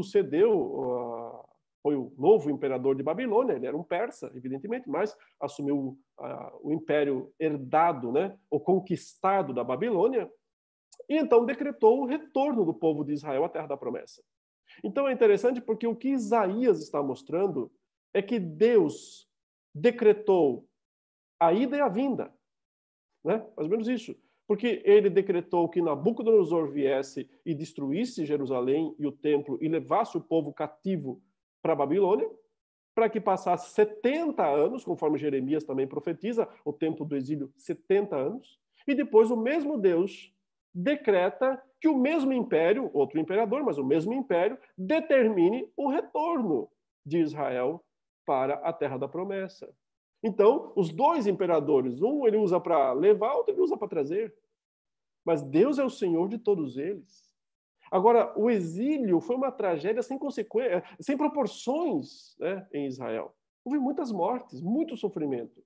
sucedeu, foi o novo imperador de Babilônia. Ele era um persa, evidentemente, mas assumiu o império herdado, né, ou conquistado da Babilônia, e então decretou o retorno do povo de Israel à Terra da Promessa. Então é interessante porque o que Isaías está mostrando é que Deus decretou a ida e a vinda, né? Mais ou menos isso. Porque ele decretou que Nabucodonosor viesse e destruísse Jerusalém e o templo e levasse o povo cativo para a Babilônia, para que passasse 70 anos, conforme Jeremias também profetiza, o tempo do exílio, 70 anos, e depois o mesmo Deus decreta que o mesmo império, outro imperador, mas o mesmo império, determine o retorno de Israel para a Terra da Promessa. Então, os dois imperadores, um ele usa para levar, outro ele usa para trazer. Mas Deus é o Senhor de todos eles. Agora, o exílio foi uma tragédia sem consequências, sem proporções, né, em Israel. Houve muitas mortes, muito sofrimento.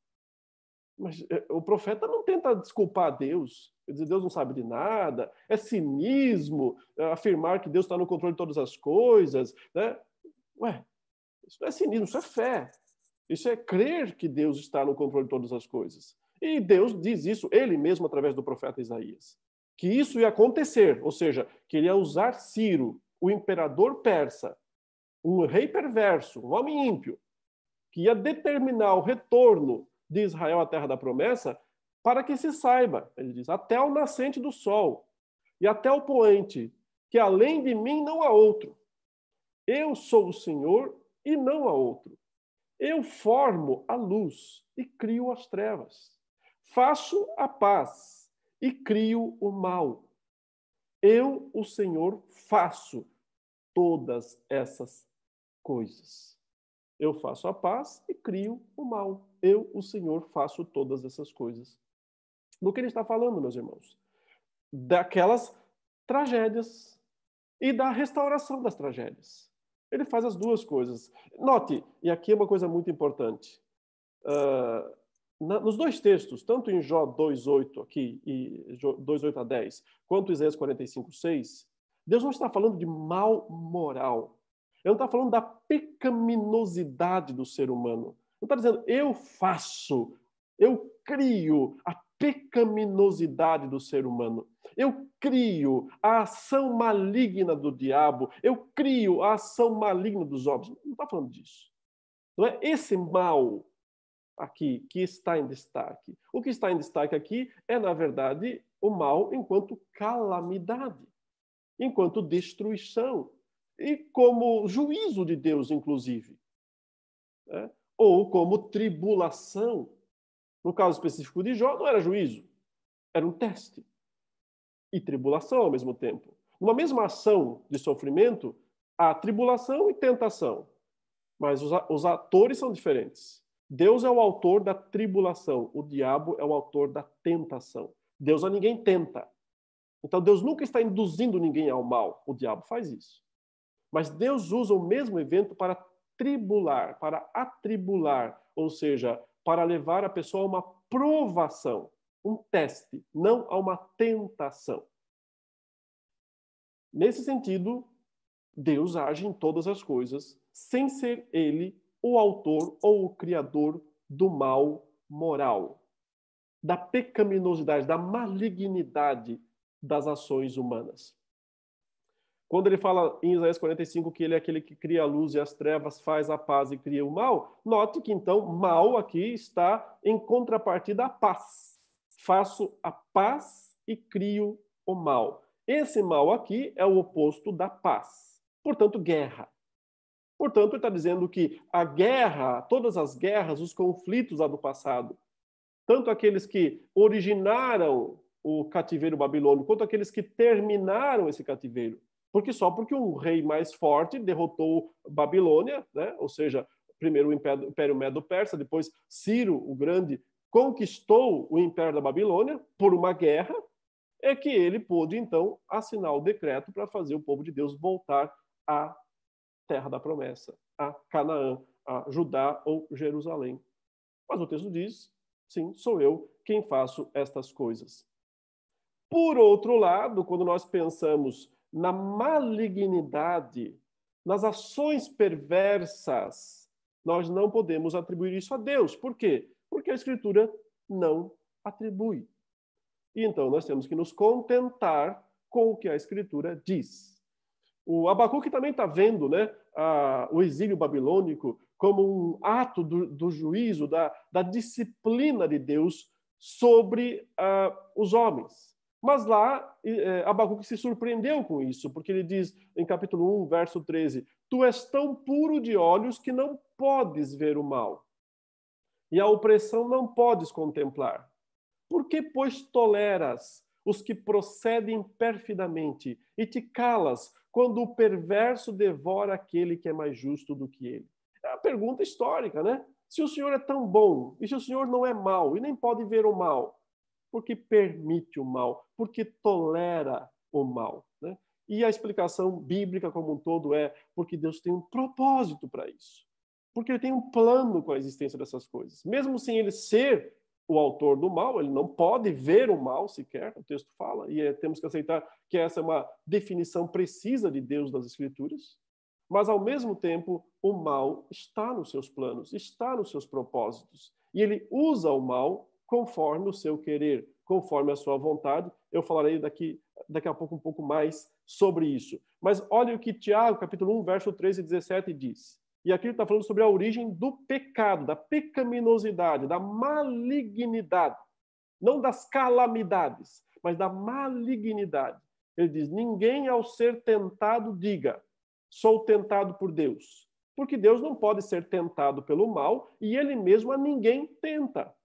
Mas o profeta não tenta desculpar Deus. Quer dizer, Deus não sabe de nada. É cinismo afirmar que Deus está no controle de todas as coisas, né? Ué, isso não é cinismo, isso é fé. Isso é crer que Deus está no controle de todas as coisas. E Deus diz isso, ele mesmo, através do profeta Isaías. Que isso ia acontecer, ou seja, que ele ia usar Ciro, o imperador persa, um rei perverso, um homem ímpio, que ia determinar o retorno de Israel à Terra da Promessa, para que se saiba, ele diz, até o nascente do sol e até o poente, que além de mim não há outro. Eu sou o Senhor e não há outro. Eu formo a luz e crio as trevas. Faço a paz e crio o mal. Eu, o Senhor, faço todas essas coisas. Eu faço a paz e crio o mal. Eu, o Senhor, faço todas essas coisas. Do que ele está falando, meus irmãos? Daquelas tragédias e da restauração das tragédias. Ele faz as duas coisas. Note, e aqui é uma coisa muito importante. nos dois textos, tanto em Jó 2:8 aqui, e 2:8 a 10, quanto Isaías 45:6, Deus não está falando de mal moral. Ele não está falando da pecaminosidade do ser humano. Não está dizendo, eu faço, eu crio a pecaminosidade do ser humano. Eu crio a ação maligna do diabo. Eu crio a ação maligna dos homens. Não está falando disso. Não é esse mal aqui que está em destaque. O que está em destaque aqui é, na verdade, o mal enquanto calamidade, enquanto destruição e como juízo de Deus, inclusive. Né? Ou como tribulação. No caso específico de Jó, não era juízo, era um teste. E tribulação ao mesmo tempo. Numa mesma ação de sofrimento, há tribulação e tentação. Mas os atores são diferentes. Deus é o autor da tribulação, o diabo é o autor da tentação. Deus a ninguém tenta. Então Deus nunca está induzindo ninguém ao mal. O diabo faz isso. Mas Deus usa o mesmo evento para tribular, para atribular, ou seja, para levar a pessoa a uma provação, um teste, não a uma tentação. Nesse sentido, Deus age em todas as coisas, sem ser ele o autor ou o criador do mal moral, da pecaminosidade, da malignidade das ações humanas. Quando ele fala em Isaías 45 que ele é aquele que cria a luz e as trevas, faz a paz e cria o mal, note que então mal aqui está em contrapartida à paz. Faço a paz e crio o mal. Esse mal aqui é o oposto da paz. Portanto, guerra. Portanto, ele está dizendo que a guerra, todas as guerras, os conflitos lá do passado, tanto aqueles que originaram o cativeiro babilônico, quanto aqueles que terminaram esse cativeiro, porque um rei mais forte derrotou Babilônia, né? Ou seja, primeiro o Império Medo-Persa, depois Ciro o Grande conquistou o Império da Babilônia por uma guerra, é que ele pôde, então, assinar o decreto para fazer o povo de Deus voltar à terra da promessa, a Canaã, a Judá ou Jerusalém. Mas o texto diz, sim, sou eu quem faço estas coisas. Por outro lado, quando nós pensamos na malignidade, nas ações perversas, nós não podemos atribuir isso a Deus. Por quê? Porque a Escritura não atribui. E então nós temos que nos contentar com o que a Escritura diz. O Abacuque também está vendo, né, o exílio babilônico como um ato do juízo, da disciplina de Deus sobre os homens. Mas lá, Abacuque se surpreendeu com isso, porque ele diz, em capítulo 1, verso 13, tu és tão puro de olhos que não podes ver o mal, e a opressão não podes contemplar. Por que, pois, toleras os que procedem perfidamente e te calas quando o perverso devora aquele que é mais justo do que ele? É uma pergunta histórica, né? Se o Senhor é tão bom, e se o Senhor não é mau, e nem pode ver o mal, por que permite o mal? Por que tolera o mal? Né? E a explicação bíblica como um todo é porque Deus tem um propósito para isso. Porque ele tem um plano com a existência dessas coisas. Mesmo sem ele ser o autor do mal, ele não pode ver o mal sequer, o texto fala, e temos que aceitar que essa é uma definição precisa de Deus das Escrituras, mas ao mesmo tempo o mal está nos seus planos, está nos seus propósitos, e ele usa o mal conforme o seu querer, conforme a sua vontade. Eu falarei daqui a pouco um pouco mais sobre isso. Mas olha o que Tiago, capítulo 1, verso 13 e 17 diz. E aqui ele está falando sobre a origem do pecado, da pecaminosidade, da malignidade. Não das calamidades, mas da malignidade. Ele diz, ninguém ao ser tentado diga, sou tentado por Deus. Porque Deus não pode ser tentado pelo mal e ele mesmo a ninguém tenta.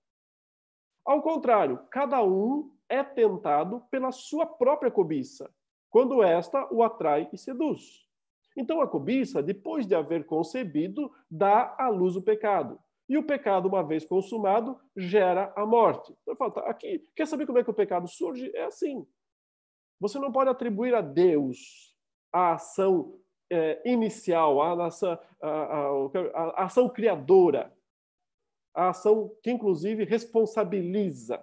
Ao contrário, cada um é tentado pela sua própria cobiça, quando esta o atrai e seduz. Então a cobiça, depois de haver concebido, dá à luz o pecado. E o pecado, uma vez consumado, gera a morte. Então, aqui, quer saber como é que o pecado surge? É assim. Você não pode atribuir a Deus a ação inicial, a ação criadora. a ação que, inclusive, responsabiliza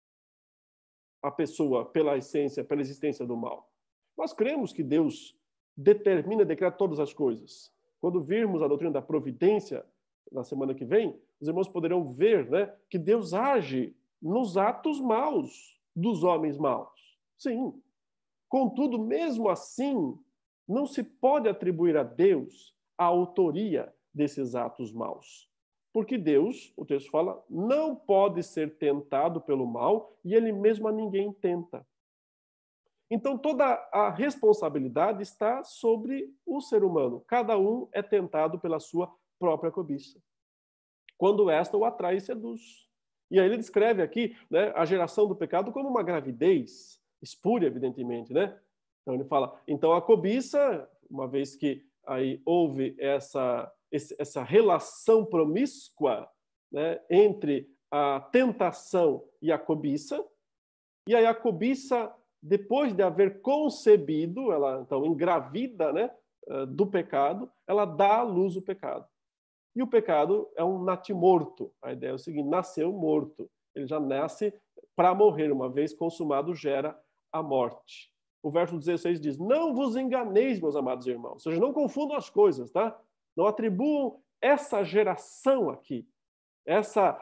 a pessoa pela essência, pela existência do mal. Nós cremos que Deus determina, decreta todas as coisas. Quando virmos a doutrina da providência, na semana que vem, os irmãos poderão ver, né, que Deus age nos atos maus dos homens maus. Sim. Contudo, mesmo assim, não se pode atribuir a Deus a autoria desses atos maus. Porque Deus, o texto fala, não pode ser tentado pelo mal e ele mesmo a ninguém tenta. Então, toda a responsabilidade está sobre o ser humano. Cada um é tentado pela sua própria cobiça, quando esta o atrai e seduz. E aí ele descreve aqui, né, a geração do pecado como uma gravidez espúria, evidentemente, né? Então ele fala, então a cobiça, uma vez que aí houve essa relação promíscua, né, entre a tentação e a cobiça, e aí a cobiça, depois de haver concebido, ela então engravida, né, do pecado, ela dá à luz o pecado. E o pecado é um natimorto. A ideia é o seguinte, nasceu morto. Ele já nasce para morrer, uma vez consumado, gera a morte. O verso 16 diz, não vos enganeis, meus amados irmãos. Ou seja, não confundam as coisas, tá? Não atribuam essa geração aqui, essa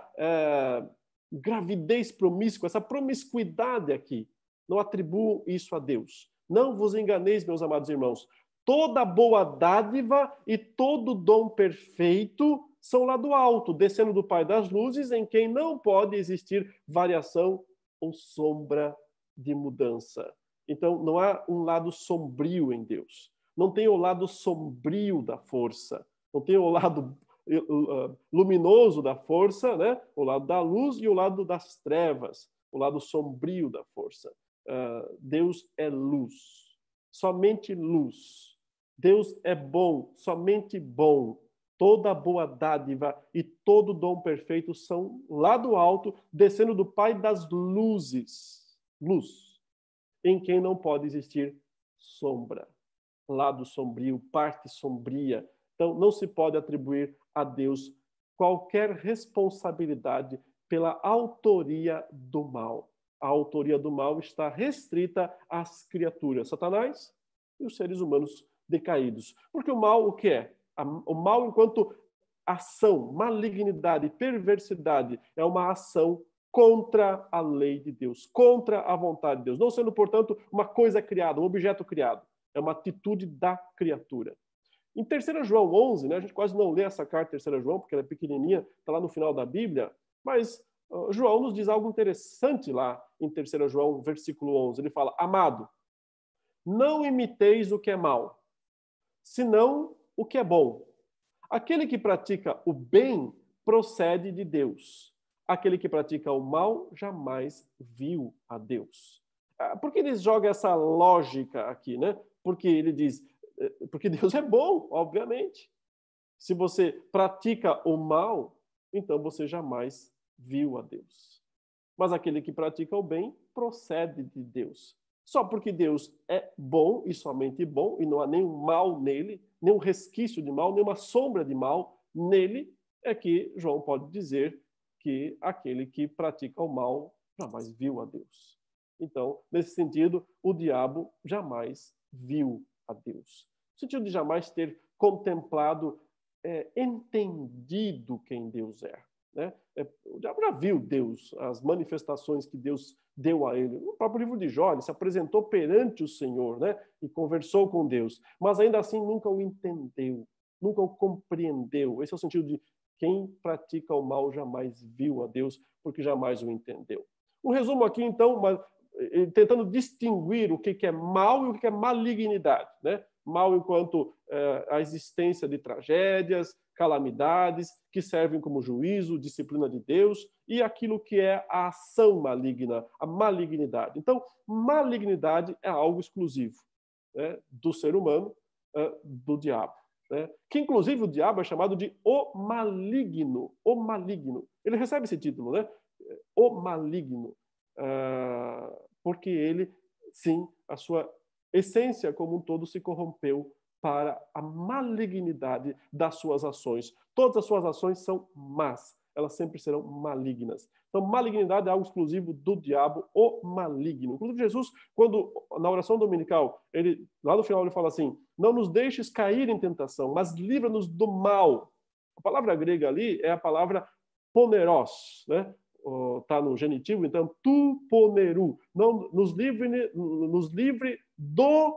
gravidez promíscua, essa promiscuidade aqui. Não atribuam isso a Deus. Não vos enganeis, meus amados irmãos. Toda boa dádiva e todo dom perfeito são lá do alto, descendo do Pai das luzes, em quem não pode existir variação ou sombra de mudança. Então, não há um lado sombrio em Deus. Não tem o lado sombrio da força. Não tem o lado luminoso da força, né? O lado da luz e o lado das trevas, o lado sombrio da força. Deus é luz, somente luz. Deus é bom, somente bom. Toda boa dádiva e todo dom perfeito são lá do alto, descendo do Pai das luzes. Luz, em quem não pode existir sombra. Lado sombrio, parte sombria. Então, não se pode atribuir a Deus qualquer responsabilidade pela autoria do mal. A autoria do mal está restrita às criaturas, Satanás e os seres humanos decaídos. Porque o mal, o que é? O mal, enquanto ação, malignidade, perversidade, é uma ação contra a lei de Deus, contra a vontade de Deus, não sendo, portanto, uma coisa criada, um objeto criado. É uma atitude da criatura. Em 3 João 11, né, a gente quase não lê essa carta 3 João, porque ela é pequenininha, está lá no final da Bíblia, mas João nos diz algo interessante lá em 3 João, versículo 11. Ele fala, amado, não imiteis o que é mal, senão o que é bom. Aquele que pratica o bem procede de Deus. Aquele que pratica o mal jamais viu a Deus. Por que ele joga essa lógica aqui, né? Porque ele diz, porque Deus é bom, obviamente. Se você pratica o mal, então você jamais viu a Deus. Mas aquele que pratica o bem procede de Deus. Só porque Deus é bom e somente bom, e não há nenhum mal nele, nenhum resquício de mal, nenhuma sombra de mal nele, é que João pode dizer que aquele que pratica o mal jamais viu a Deus. Então, nesse sentido, o diabo jamais viu a Deus. No sentido de jamais ter contemplado, entendido quem Deus é. Né? O diabo já viu Deus, as manifestações que Deus deu a ele. No próprio livro de Jó, ele se apresentou perante o Senhor, né? E conversou com Deus. Mas ainda assim nunca o entendeu, nunca o compreendeu. Esse é o sentido de quem pratica o mal jamais viu a Deus, porque jamais o entendeu. Um resumo aqui, então, tentando distinguir o que é mal e o que é malignidade. Né? Mal enquanto a existência de tragédias, calamidades, que servem como juízo, disciplina de Deus, e aquilo que é a ação maligna, a malignidade. Então, malignidade é algo exclusivo, né, do ser humano, do diabo. Né? Que, inclusive, o diabo é chamado de o maligno. O maligno. Ele recebe esse título, né? O maligno. Porque ele, sim, a sua essência como um todo se corrompeu para a malignidade das suas ações. Todas as suas ações são más. elas sempre serão malignas. Então, malignidade é algo exclusivo do diabo, o maligno. Inclusive, Jesus, quando na oração dominical, lá no final ele fala assim, não nos deixes cair em tentação, mas livra-nos do mal. A palavra grega ali é a palavra poneros, né? Está no genitivo, então, tu poneru. Não, nos livre do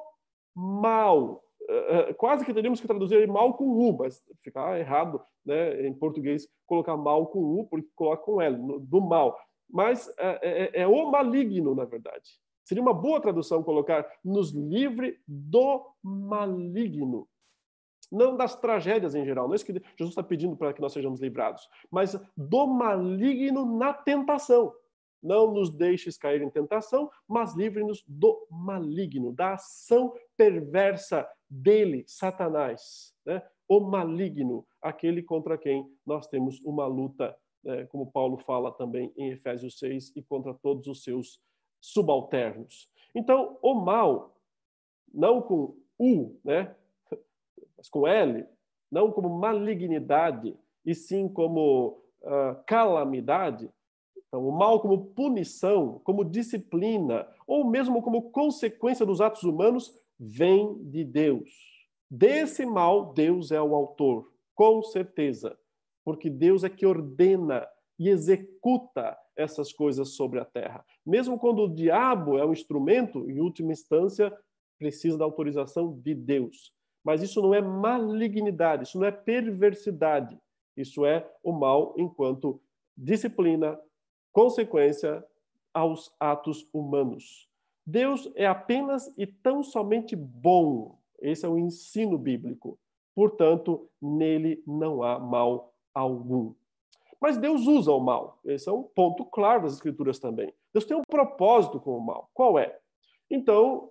mal. Quase que teríamos que traduzir mal com U, mas fica errado, né, em português colocar mal com U, porque coloca com L, do mal. Mas é o maligno, na verdade. Seria uma boa tradução colocar nos livre do maligno. Não das tragédias em geral, não é isso que Jesus está pedindo para que nós sejamos livrados, mas do maligno na tentação. Não nos deixes cair em tentação, mas livre-nos do maligno, da ação perversa dele, Satanás, né? O maligno, aquele contra quem nós temos uma luta, né? Como Paulo fala também em Efésios 6, e contra todos os seus subalternos. Então, o mal, não com U, né? Mas com L, não como malignidade, e sim como calamidade. Então, o mal como punição, como disciplina, ou mesmo como consequência dos atos humanos, vem de Deus. Desse mal, Deus é o autor, com certeza. Porque Deus é que ordena e executa essas coisas sobre a terra. Mesmo quando o diabo é um instrumento, em última instância, precisa da autorização de Deus. Mas isso não é malignidade, isso não é perversidade. Isso é o mal enquanto disciplina, consequência aos atos humanos. Deus é apenas e tão somente bom. Esse é o ensino bíblico. Portanto, nele não há mal algum. Mas Deus usa o mal. Esse é um ponto claro das Escrituras também. Deus tem um propósito com o mal. Qual é? Então,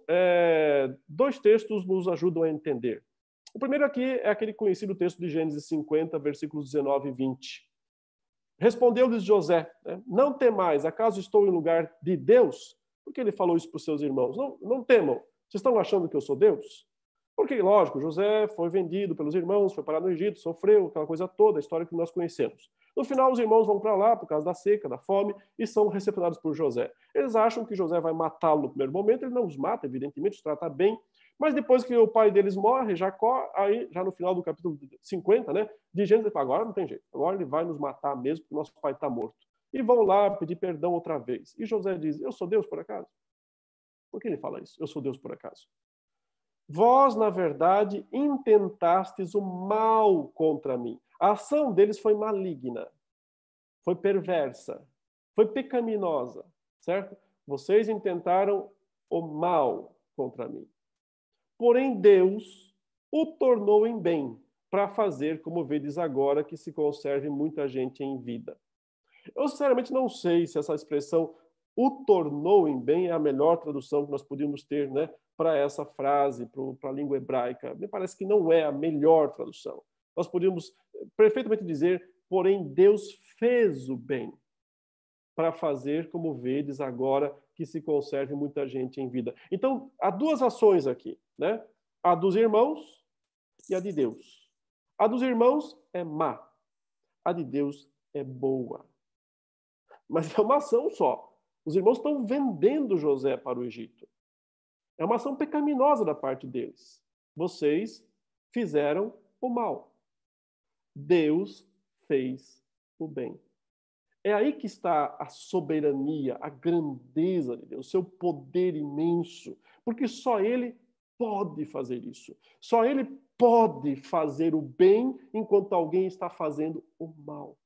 dois textos nos ajudam a entender. O primeiro aqui é aquele conhecido texto de Gênesis 50, versículos 19 e 20. Respondeu-lhes José, né? Não temais, acaso estou em lugar de Deus? Por que ele falou isso para os seus irmãos? Não temam, vocês estão achando que eu sou Deus? Porque, lógico, José foi vendido pelos irmãos, foi parar no Egito, sofreu, aquela coisa toda, a história que nós conhecemos. No final, os irmãos vão para lá por causa da seca, da fome, e são recepcionados por José. Eles acham que José vai matá-lo no primeiro momento, ele não os mata, evidentemente, os trata bem, mas depois que o pai deles morre, Jacó, aí já no final do capítulo 50, né, de Gênesis, ele fala, agora não tem jeito, agora ele vai nos matar mesmo, porque nosso pai está morto. E vão lá pedir perdão outra vez. E José diz, eu sou Deus por acaso? Por que ele fala isso? Eu sou Deus por acaso? Vós, na verdade, intentastes o mal contra mim. A ação deles foi maligna, foi perversa, foi pecaminosa, certo? Vocês intentaram o mal contra mim. Porém, Deus o tornou em bem, para fazer, como vedes agora, que se conserve muita gente em vida. Eu, sinceramente, não sei se essa expressão o tornou em bem é a melhor tradução que nós podíamos ter, né, para essa frase, para a língua hebraica. Me parece que não é a melhor tradução. Nós podíamos perfeitamente dizer, porém Deus fez o bem para fazer, como vedes agora, que se conserve muita gente em vida. Então, há duas ações aqui, né? A dos irmãos e a de Deus. A dos irmãos é má, a de Deus é boa. Mas é uma ação só. Os irmãos estão vendendo José para o Egito. É uma ação pecaminosa da parte deles. Vocês fizeram o mal. Deus fez o bem. É aí que está a soberania, a grandeza de Deus, o seu poder imenso. Porque só Ele pode fazer isso. Só Ele pode fazer o bem enquanto alguém está fazendo o mal.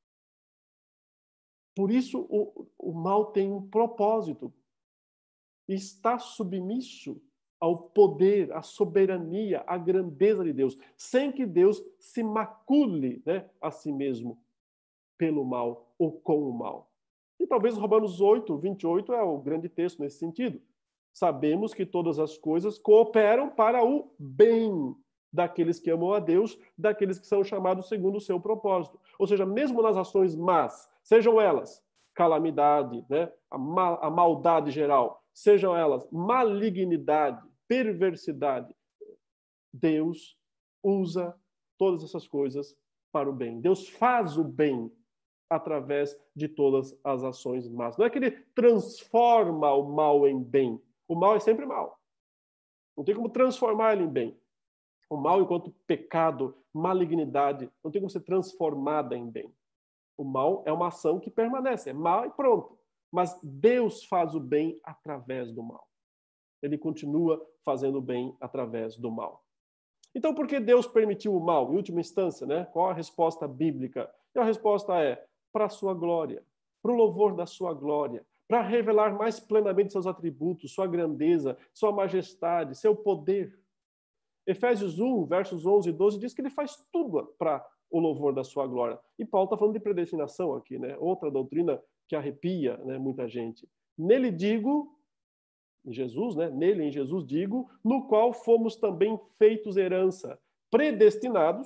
Por isso, o mal tem um propósito. Está submisso ao poder, à soberania, à grandeza de Deus, sem que Deus se macule, né, a si mesmo pelo mal ou com o mal. E talvez Romanos 8, 28 é o grande texto nesse sentido. Sabemos que todas as coisas cooperam para o bem daqueles que amam a Deus, daqueles que são chamados segundo o seu propósito. Ou seja, mesmo nas ações más, sejam elas calamidade, né, a maldade geral, sejam elas malignidade, perversidade, Deus usa todas essas coisas para o bem. Deus faz o bem através de todas as ações más. Não é que ele transforma o mal em bem. O mal é sempre mal. Não tem como transformar ele em bem. O mal, enquanto pecado, malignidade, não tem como ser transformada em bem. O mal é uma ação que permanece, é mal e pronto. Mas Deus faz o bem através do mal. Ele continua fazendo o bem através do mal. Então, por que Deus permitiu o mal? Em última instância, né? Qual a resposta bíblica? E a resposta é para a sua glória, para o louvor da sua glória, para revelar mais plenamente seus atributos, sua grandeza, sua majestade, seu poder. Efésios 1, versos 11 e 12, diz que ele faz tudo para o louvor da sua glória. E Paulo está falando de predestinação aqui, né? Outra doutrina que arrepia, né, muita gente. Nele digo, em Jesus, né? Nele, em Jesus, digo, no qual fomos também feitos herança, predestinados,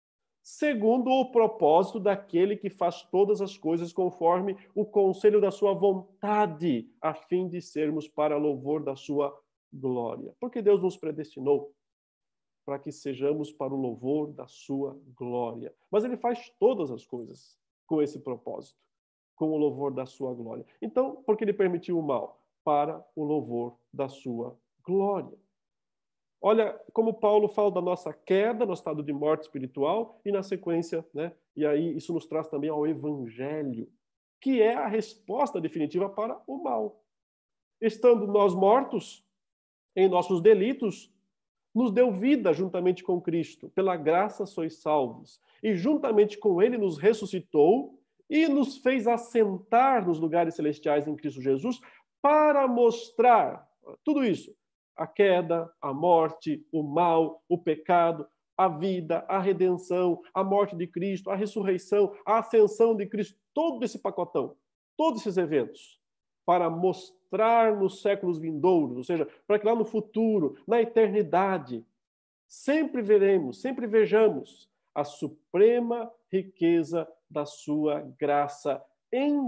segundo o propósito daquele que faz todas as coisas conforme o conselho da sua vontade, a fim de sermos para louvor da sua glória. Porque Deus nos predestinou para que sejamos para o louvor da sua glória. Mas ele faz todas as coisas com esse propósito, com o louvor da sua glória. Então, por que ele permitiu o mal? Para o louvor da sua glória. Olha como Paulo fala da nossa queda, no estado de morte espiritual, e na sequência, né? E aí isso nos traz também ao evangelho, que é a resposta definitiva para o mal. Estando nós mortos em nossos delitos, nos deu vida juntamente com Cristo. Pela graça sois salvos. E juntamente com ele nos ressuscitou e nos fez assentar nos lugares celestiais em Cristo Jesus para mostrar tudo isso. A queda, a morte, o mal, o pecado, a vida, a redenção, a morte de Cristo, a ressurreição, a ascensão de Cristo, todo esse pacotão, todos esses eventos, para mostrar nos séculos vindouros, ou seja, para que lá no futuro, na eternidade, sempre veremos, sempre vejamos a suprema riqueza da sua graça em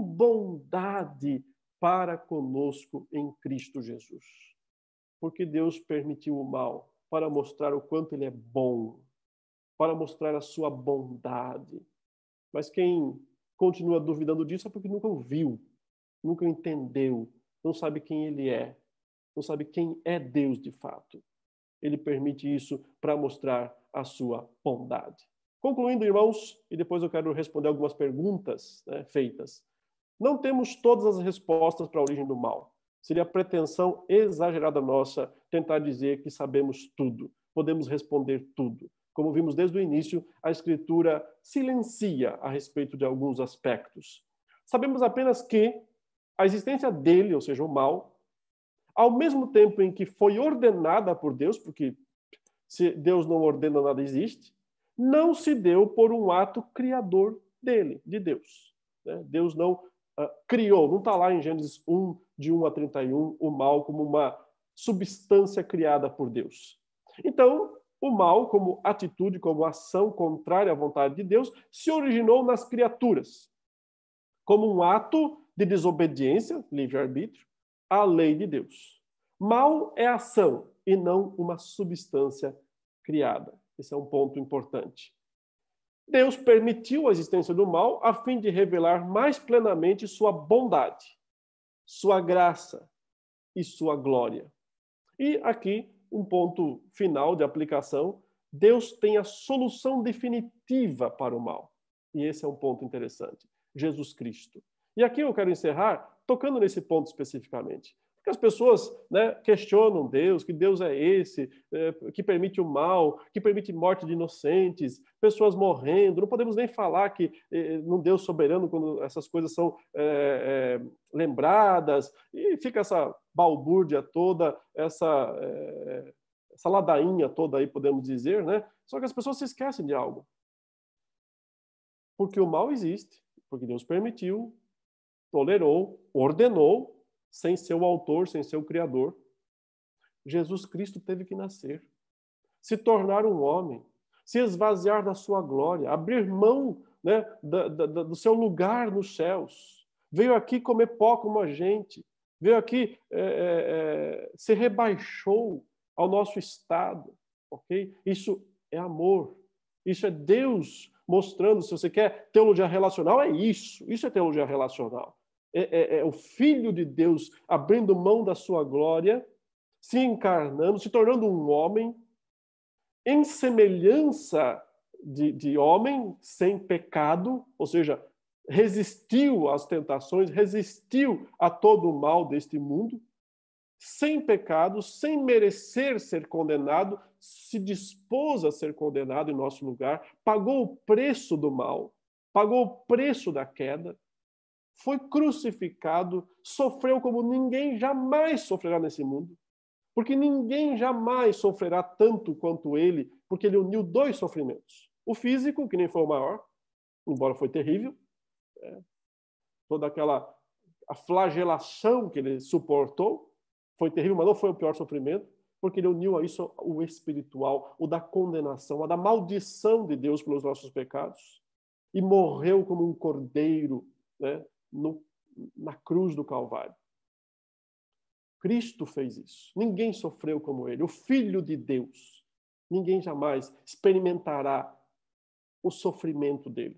bondade para conosco em Cristo Jesus. Porque Deus permitiu o mal para mostrar o quanto ele é bom, para mostrar a sua bondade. Mas quem continua duvidando disso é porque nunca o viu, nunca entendeu, não sabe quem ele é, não sabe quem é Deus de fato. Ele permite isso para mostrar a sua bondade. Concluindo, irmãos, e depois eu quero responder algumas perguntas, né, feitas. Não temos todas as respostas para a origem do mal. Seria pretensão exagerada nossa tentar dizer que sabemos tudo, podemos responder tudo. Como vimos desde o início, a Escritura silencia a respeito de alguns aspectos. Sabemos apenas que a existência dele, ou seja, o mal, ao mesmo tempo em que foi ordenada por Deus, porque se Deus não ordena, nada existe, não se deu por um ato criador dele, de Deus. Deus não criou, não está lá em Gênesis 1, de 1 a 31, o mal como uma substância criada por Deus. Então, o mal, como atitude, como ação contrária à vontade de Deus, se originou nas criaturas, como um ato de desobediência, livre-arbítrio, à lei de Deus. Mal é ação e não uma substância criada. Esse é um ponto importante. Deus permitiu a existência do mal a fim de revelar mais plenamente sua bondade, sua graça e sua glória. E aqui, um ponto final de aplicação, Deus tem a solução definitiva para o mal. E esse é um ponto interessante. Jesus Cristo. E aqui eu quero encerrar tocando nesse ponto especificamente. Porque as pessoas, né, questionam Deus, que Deus é esse, que permite o mal, que permite morte de inocentes, pessoas morrendo. Não podemos nem falar que num Deus soberano, quando essas coisas são lembradas, e fica essa balbúrdia toda, essa ladainha toda aí, podemos dizer, né? Só que as pessoas se esquecem de algo. Porque o mal existe, porque Deus permitiu, tolerou, ordenou, sem ser o autor, sem ser o criador. Jesus Cristo teve que nascer, se tornar um homem, se esvaziar da sua glória, abrir mão, né, do seu lugar nos céus. Veio aqui comer pó como a gente, veio aqui, se rebaixou ao nosso estado, ok? Isso é amor, isso é Deus mostrando, se você quer teologia relacional, é isso. Isso é teologia relacional. É o Filho de Deus abrindo mão da sua glória, se encarnando, se tornando um homem, em semelhança de homem, sem pecado, ou seja, resistiu às tentações, resistiu a todo o mal deste mundo, sem pecado, sem merecer ser condenado, se dispôs a ser condenado em nosso lugar, pagou o preço do mal, pagou o preço da queda, foi crucificado, sofreu como ninguém jamais sofrerá nesse mundo, porque ninguém jamais sofrerá tanto quanto ele, porque ele uniu dois sofrimentos. O físico, que nem foi o maior, embora foi terrível, toda aquela a flagelação que ele suportou, foi terrível, mas não foi o pior sofrimento, porque ele uniu a isso o espiritual, o da condenação, a da maldição de Deus pelos nossos pecados, e morreu como um cordeiro, né, na cruz do Calvário. Cristo fez isso. Ninguém sofreu como ele. O Filho de Deus. Ninguém jamais experimentará o sofrimento dele.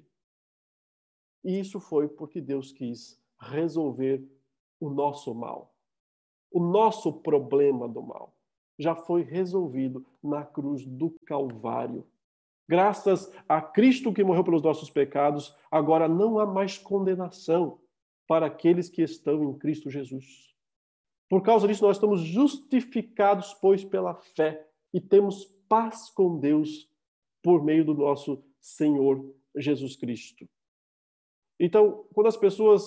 E isso foi porque Deus quis resolver o nosso mal. O nosso problema do mal já foi resolvido na cruz do Calvário. Graças a Cristo que morreu pelos nossos pecados, agora não há mais condenação para aqueles que estão em Cristo Jesus. Por causa disso, nós estamos justificados, pois, pela fé e temos paz com Deus por meio do nosso Senhor Jesus Cristo. Então, quando as pessoas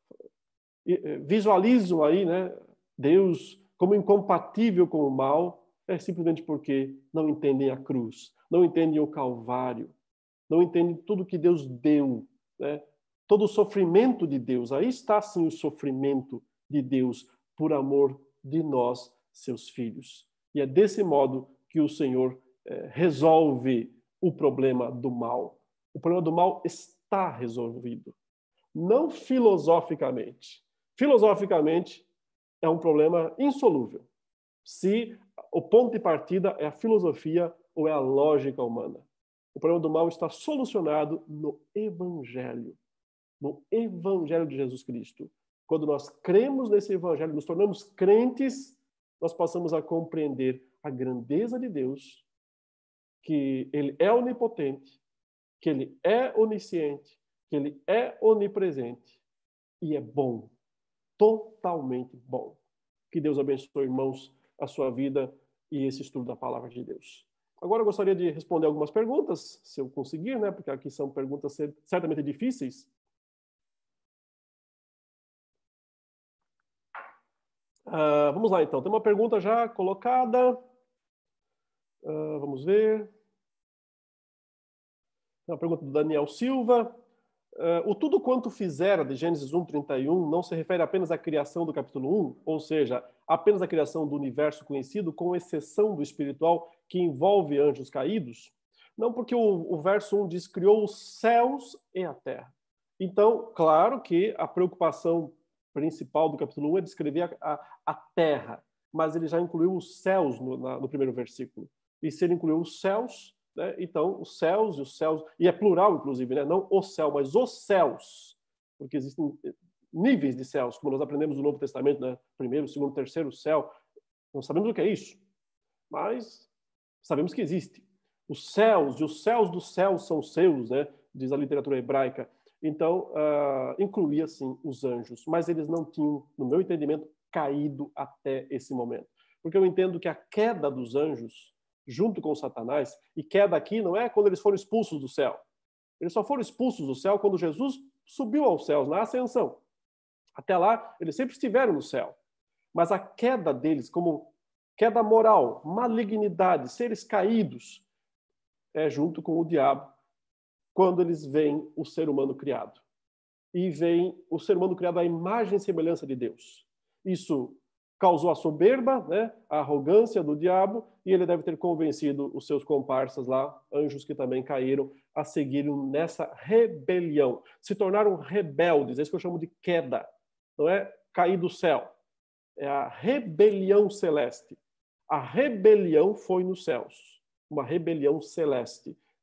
visualizam aí, né, Deus como incompatível com o mal, é simplesmente porque não entendem a cruz, não entendem o Calvário, não entendem tudo que Deus deu, né? Todo o sofrimento de Deus. Aí está, sim, o sofrimento de Deus por amor de nós, seus filhos. E é desse modo que o Senhor resolve o problema do mal. O problema do mal está resolvido. Não filosoficamente. Filosoficamente, é um problema insolúvel. Se o ponto de partida é a filosofia ou é a lógica humana. O problema do mal está solucionado no Evangelho. No Evangelho de Jesus Cristo. Quando nós cremos nesse Evangelho, nos tornamos crentes, nós passamos a compreender a grandeza de Deus, que Ele é onipotente, que Ele é onisciente, que Ele é onipresente e é bom, totalmente bom. Que Deus abençoe, irmãos, a sua vida e esse estudo da Palavra de Deus. Agora eu gostaria de responder algumas perguntas, se eu conseguir, né? Porque aqui são perguntas certamente difíceis. Vamos lá, então. Tem uma pergunta já colocada. Vamos ver. Uma pergunta do Daniel Silva. O tudo quanto fizera de Gênesis 1:31 não se refere apenas à criação do capítulo 1, ou seja, apenas à criação do universo conhecido, com exceção do espiritual que envolve anjos caídos? Não, porque o verso 1 diz, criou os céus e a terra. Então, claro que a preocupação principal do capítulo 1 é descrever a terra, mas ele já incluiu os céus no primeiro versículo. E se ele incluiu os céus, né, então os céus, e é plural inclusive, né, não o céu, mas os céus, porque existem níveis de céus, como nós aprendemos no Novo Testamento, né, primeiro, segundo, terceiro céu. Não sabemos o que é isso, mas sabemos que existe. Os céus, e os céus dos céus são seus, né, diz a literatura hebraica. Então, incluía, sim, os anjos, mas eles não tinham, no meu entendimento, caído até esse momento. Porque eu entendo que a queda dos anjos, junto com Satanás, e queda aqui não é quando eles foram expulsos do céu. Eles só foram expulsos do céu quando Jesus subiu aos céus, na ascensão. Até lá, eles sempre estiveram no céu. Mas a queda deles, como queda moral, malignidade, seres caídos, é junto com o diabo, quando eles veem o ser humano criado. E veem o ser humano criado à imagem e semelhança de Deus. Isso causou a soberba, né, a arrogância do diabo, e ele deve ter convencido os seus comparsas lá, anjos que também caíram, a seguirem nessa rebelião. Se tornaram rebeldes, é isso que eu chamo de queda. Não é cair do céu. É a rebelião celeste. A rebelião foi nos céus. Uma rebelião celeste.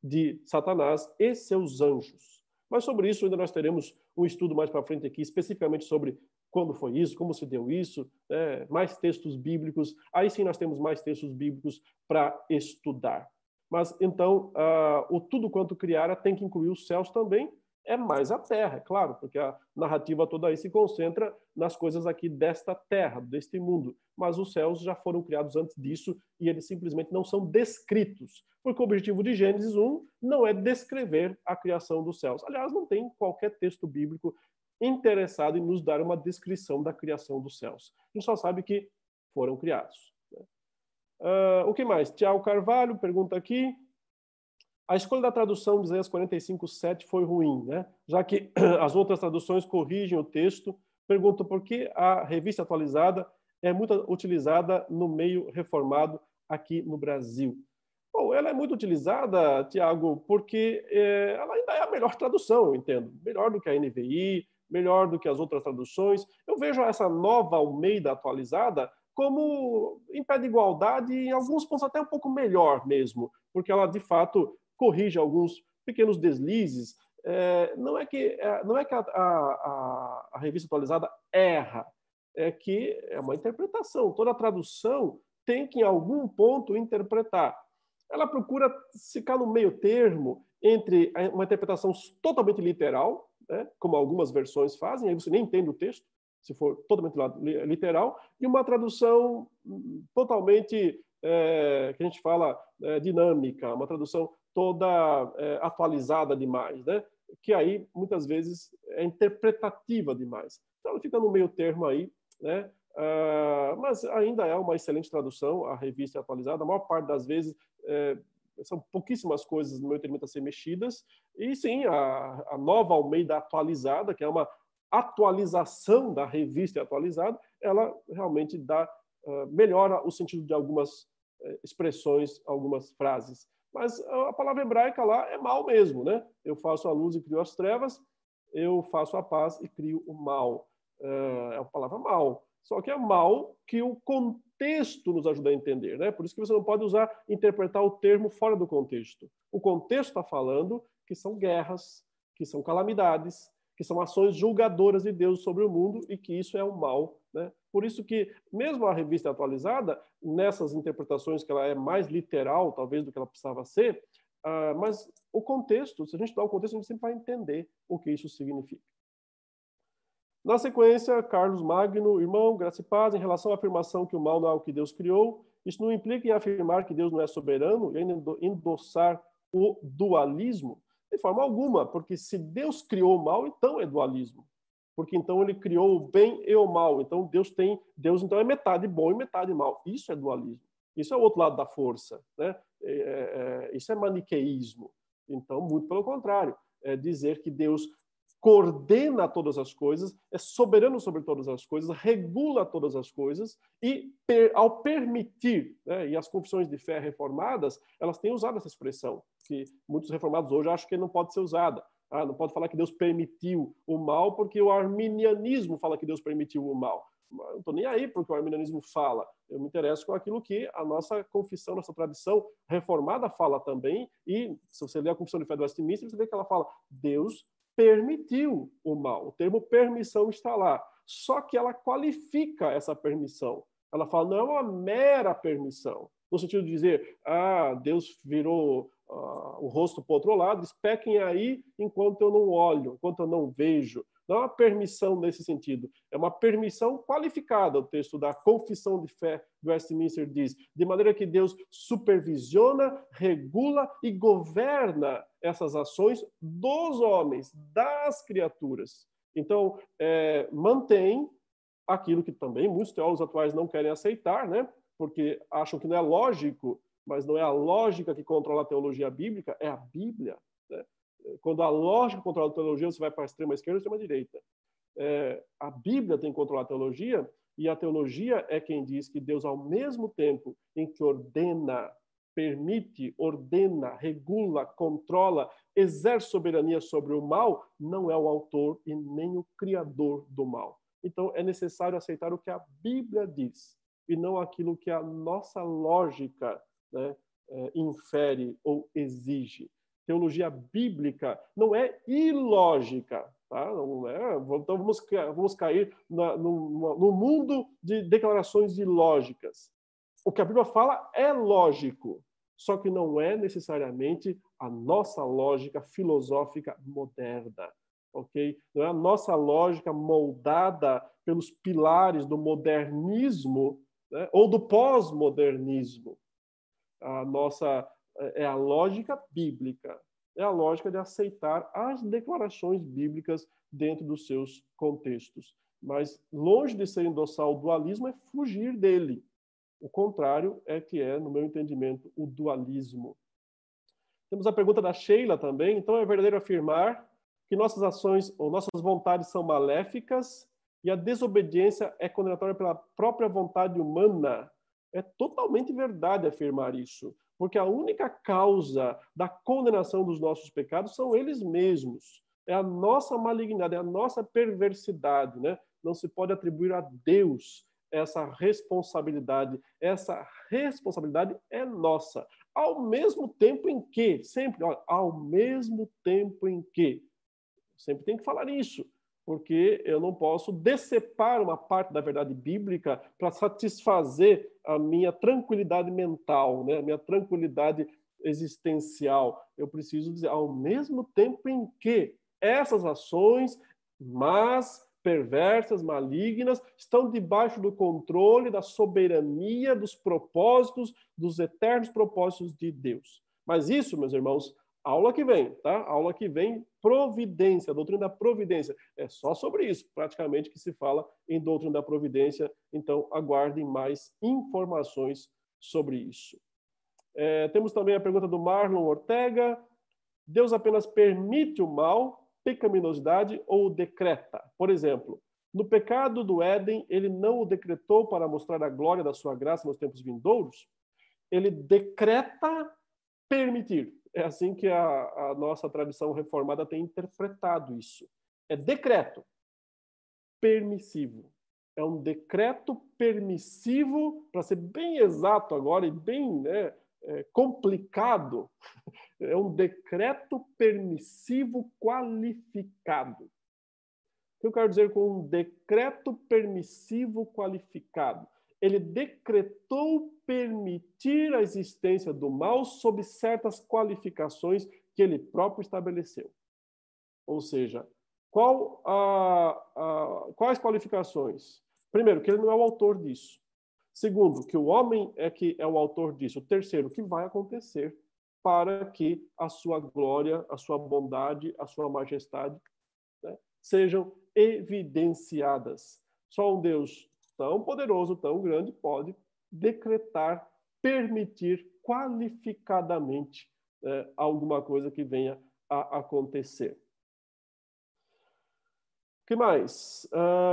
de Satanás e seus anjos. Mas sobre isso ainda nós teremos um estudo mais para frente aqui, especificamente sobre quando foi isso, como se deu isso, mais textos bíblicos. Aí sim nós temos mais textos bíblicos para estudar. Mas então, o tudo quanto criara tem que incluir os céus também, é mais a terra, é claro, porque a narrativa toda aí se concentra nas coisas aqui desta terra, deste mundo. Mas os céus já foram criados antes disso e eles simplesmente não são descritos, porque o objetivo de Gênesis 1 não é descrever a criação dos céus. Aliás, não tem qualquer texto bíblico interessado em nos dar uma descrição da criação dos céus. A gente só sabe que foram criados. O que mais? Tiago Carvalho pergunta aqui: a escolha da tradução de Isaías 45:7 foi ruim, né? Já que as outras traduções corrigem o texto. Pergunto por que a revista atualizada é muito utilizada no meio reformado aqui no Brasil. Bom, ela é muito utilizada, Tiago, porque ela ainda é a melhor tradução, eu entendo. Melhor do que a NVI, melhor do que as outras traduções. Eu vejo essa nova Almeida atualizada como em pé de igualdade e em alguns pontos até um pouco melhor mesmo, porque ela, de fato, corrige alguns pequenos deslizes. Não é que a revista atualizada erra, é que é uma interpretação. Toda tradução tem que, em algum ponto, interpretar. Ela procura ficar no meio termo entre uma interpretação totalmente literal, né, como algumas versões fazem, aí você nem entende o texto, se for totalmente literal, e uma tradução totalmente, que a gente fala, dinâmica, uma tradução toda atualizada demais, né? Que aí, muitas vezes, é interpretativa demais. Então, ela fica no meio termo aí, né? Mas ainda é uma excelente tradução, a revista atualizada. A maior parte das vezes são pouquíssimas coisas no meu entendimento a ser mexidas. E sim, a nova Almeida atualizada, que é uma atualização da revista atualizada, ela realmente melhora o sentido de algumas expressões, algumas frases. Mas a palavra hebraica lá é mal mesmo, né? Eu faço a luz e crio as trevas, eu faço a paz e crio o mal. É a palavra mal. Só que é mal que o contexto nos ajuda a entender, né? Por isso que você não pode interpretar o termo fora do contexto. O contexto está falando que são guerras, que são calamidades, que são ações julgadoras de Deus sobre o mundo e que isso é o mal, né? Por isso que, mesmo a revista atualizada, nessas interpretações que ela é mais literal, talvez, do que ela precisava ser, mas o contexto, se a gente dá o contexto, a gente sempre vai entender o que isso significa. Na sequência, Carlos Magno, irmão, graça e paz, em relação à afirmação que o mal não é o que Deus criou, isso não implica em afirmar que Deus não é soberano e ainda endossar o dualismo? De forma alguma, porque se Deus criou o mal, então é dualismo. Porque então ele criou o bem e o mal. Então Deus então é metade bom e metade mal. Isso é dualismo. Isso é o outro lado da força, né? Isso é maniqueísmo. Então, muito pelo contrário, é dizer que Deus coordena todas as coisas, é soberano sobre todas as coisas, regula todas as coisas e, ao permitir, né, e as confissões de fé reformadas, elas têm usado essa expressão, que muitos reformados hoje acham que não pode ser usada. Não pode falar que Deus permitiu o mal, porque o arminianismo fala que Deus permitiu o mal. Eu não estou nem aí porque o arminianismo fala. Eu me interesso com aquilo que a nossa confissão, nossa tradição reformada fala também. E se você ler a Confissão de Fé do Westminster, você vê que ela fala: Deus permitiu o mal. O termo permissão está lá. Só que ela qualifica essa permissão. Ela fala, não é uma mera permissão. No sentido de dizer, Deus virou o rosto para o outro lado, espequem aí enquanto eu não olho, enquanto eu não vejo. Não é uma permissão nesse sentido, é uma permissão qualificada. O texto da Confissão de Fé do Westminster diz, de maneira que Deus supervisiona, regula e governa essas ações dos homens, das criaturas. Então, mantém aquilo que também muitos teólogos atuais não querem aceitar, né? Porque acham que não é lógico, mas não é a lógica que controla a teologia bíblica, é a Bíblia, né? Quando a lógica controla a teologia, você vai para a extrema esquerda ou a extrema direita. A Bíblia tem que controlar a teologia, e a teologia é quem diz que Deus, ao mesmo tempo em que ordena, permite, ordena, regula, controla, exerce soberania sobre o mal, não é o autor e nem o criador do mal. Então, é necessário aceitar o que a Bíblia diz, e não aquilo que a nossa lógica, né, infere ou exige. Teologia bíblica não é ilógica. Tá? Não é, então vamos cair no mundo de declarações ilógicas. O que a Bíblia fala é lógico, só que não é necessariamente a nossa lógica filosófica moderna. Okay? Não é a nossa lógica moldada pelos pilares do modernismo, né? Ou do pós-modernismo. A nossa é a lógica bíblica, é a lógica de aceitar as declarações bíblicas dentro dos seus contextos. Mas longe de ser endossar o dualismo é fugir dele. O contrário é que é, no meu entendimento, o dualismo. Temos a pergunta da Sheila também. Então é verdadeiro afirmar que nossas ações ou nossas vontades são maléficas e a desobediência é condenatória pela própria vontade humana? É totalmente verdade afirmar isso, porque a única causa da condenação dos nossos pecados são eles mesmos. É a nossa malignidade, é a nossa perversidade, né? Não se pode atribuir a Deus essa responsabilidade. Essa responsabilidade é nossa. Ao mesmo tempo em que, sempre, olha, ao mesmo tempo em que, sempre tem que falar isso, porque eu não posso decepar uma parte da verdade bíblica para satisfazer a minha tranquilidade mental, né? A minha tranquilidade existencial. Eu preciso dizer, ao mesmo tempo em que essas ações, mas perversas, malignas, estão debaixo do controle, da soberania, dos propósitos, dos eternos propósitos de Deus. Mas isso, meus irmãos, aula que vem, tá? Aula que vem, providência, a doutrina da providência. É só sobre isso, praticamente, que se fala em doutrina da providência. Então, aguardem mais informações sobre isso. Temos também a pergunta do Marlon Ortega. Deus apenas permite o mal, pecaminosidade, ou o decreta? Por exemplo, no pecado do Éden, ele não o decretou para mostrar a glória da sua graça nos tempos vindouros? Ele decreta permitir. É assim que a nossa tradição reformada tem interpretado isso. É decreto permissivo. É um decreto permissivo, para ser bem exato agora e bem complicado, é um decreto permissivo qualificado. O que eu quero dizer com um decreto permissivo qualificado? Ele decretou permitir a existência do mal sob certas qualificações que ele próprio estabeleceu. Ou seja, quais qualificações? Primeiro, que ele não é o autor disso. Segundo, que o homem é que é o autor disso. Terceiro, que vai acontecer para que a sua glória, a sua bondade, a sua majestade, né, sejam evidenciadas. Só um Deus tão poderoso, tão grande, pode decretar, permitir qualificadamente alguma coisa que venha a acontecer. O que mais?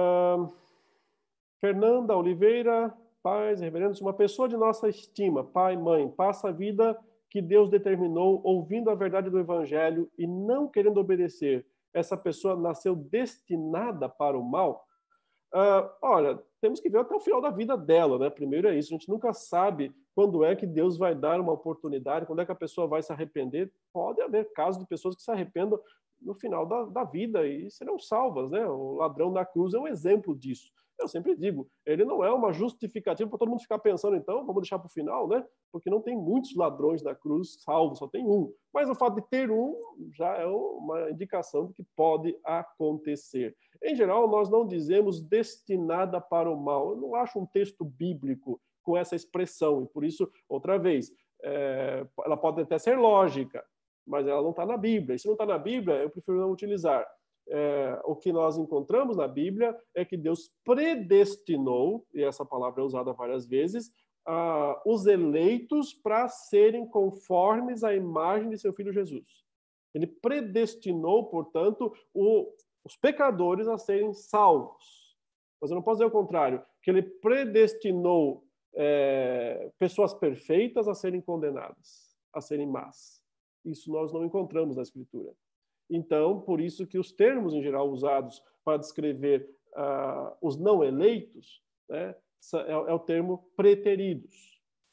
Fernanda Oliveira, pais, reverendos, uma pessoa de nossa estima, pai, mãe, passa a vida que Deus determinou ouvindo a verdade do Evangelho e não querendo obedecer. Essa pessoa nasceu destinada para o mal? Olha, temos que ver até o final da vida dela, né? Primeiro é isso, a gente nunca sabe quando é que Deus vai dar uma oportunidade, quando é que a pessoa vai se arrepender. Pode haver casos de pessoas que se arrependam no final da vida e serão salvas, né? O ladrão da cruz é um exemplo disso. Eu sempre digo, ele não é uma justificativa para todo mundo ficar pensando, então, vamos deixar para o final, né? Porque não tem muitos ladrões da cruz salvos, só tem um. Mas o fato de ter um já é uma indicação de que pode acontecer. Em geral, nós não dizemos destinada para o mal. Eu não acho um texto bíblico com essa expressão, e por isso, outra vez, ela pode até ser lógica, mas ela não está na Bíblia. E se não está na Bíblia, eu prefiro não utilizar. O que nós encontramos na Bíblia é que Deus predestinou, e essa palavra é usada várias vezes, os eleitos para serem conformes à imagem de seu Filho Jesus. Ele predestinou, portanto, os pecadores a serem salvos. Mas eu não posso dizer o contrário, que ele predestinou pessoas perfeitas a serem condenadas, a serem más. Isso nós não encontramos na Escritura. Então, por isso que os termos, em geral, usados para descrever os não eleitos, né, é o termo preteridos.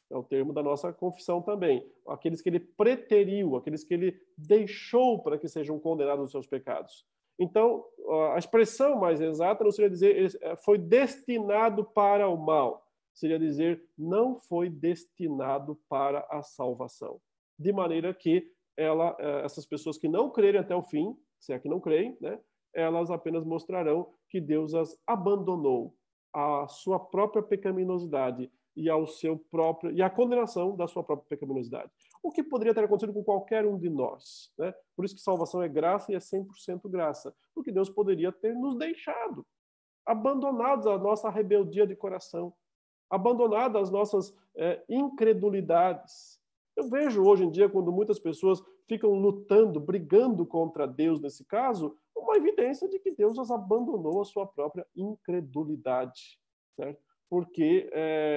É o termo da nossa confissão também. Aqueles que ele preteriu, aqueles que ele deixou para que sejam condenados os seus pecados. Então, a expressão mais exata não seria dizer foi destinado para o mal. Seria dizer não foi destinado para a salvação. De maneira que essas pessoas que não crerem até o fim, se é que não creem, né, elas apenas mostrarão que Deus as abandonou à sua própria pecaminosidade e a condenação da sua própria pecaminosidade. O que poderia ter acontecido com qualquer um de nós, né? Por isso que salvação é graça e é 100% graça, porque Deus poderia ter nos deixado, abandonados a nossa rebeldia de coração, abandonado as nossas incredulidades. Eu vejo hoje em dia, quando muitas pessoas ficam lutando, brigando contra Deus nesse caso, uma evidência de que Deus as abandonou a sua própria incredulidade, certo? Porque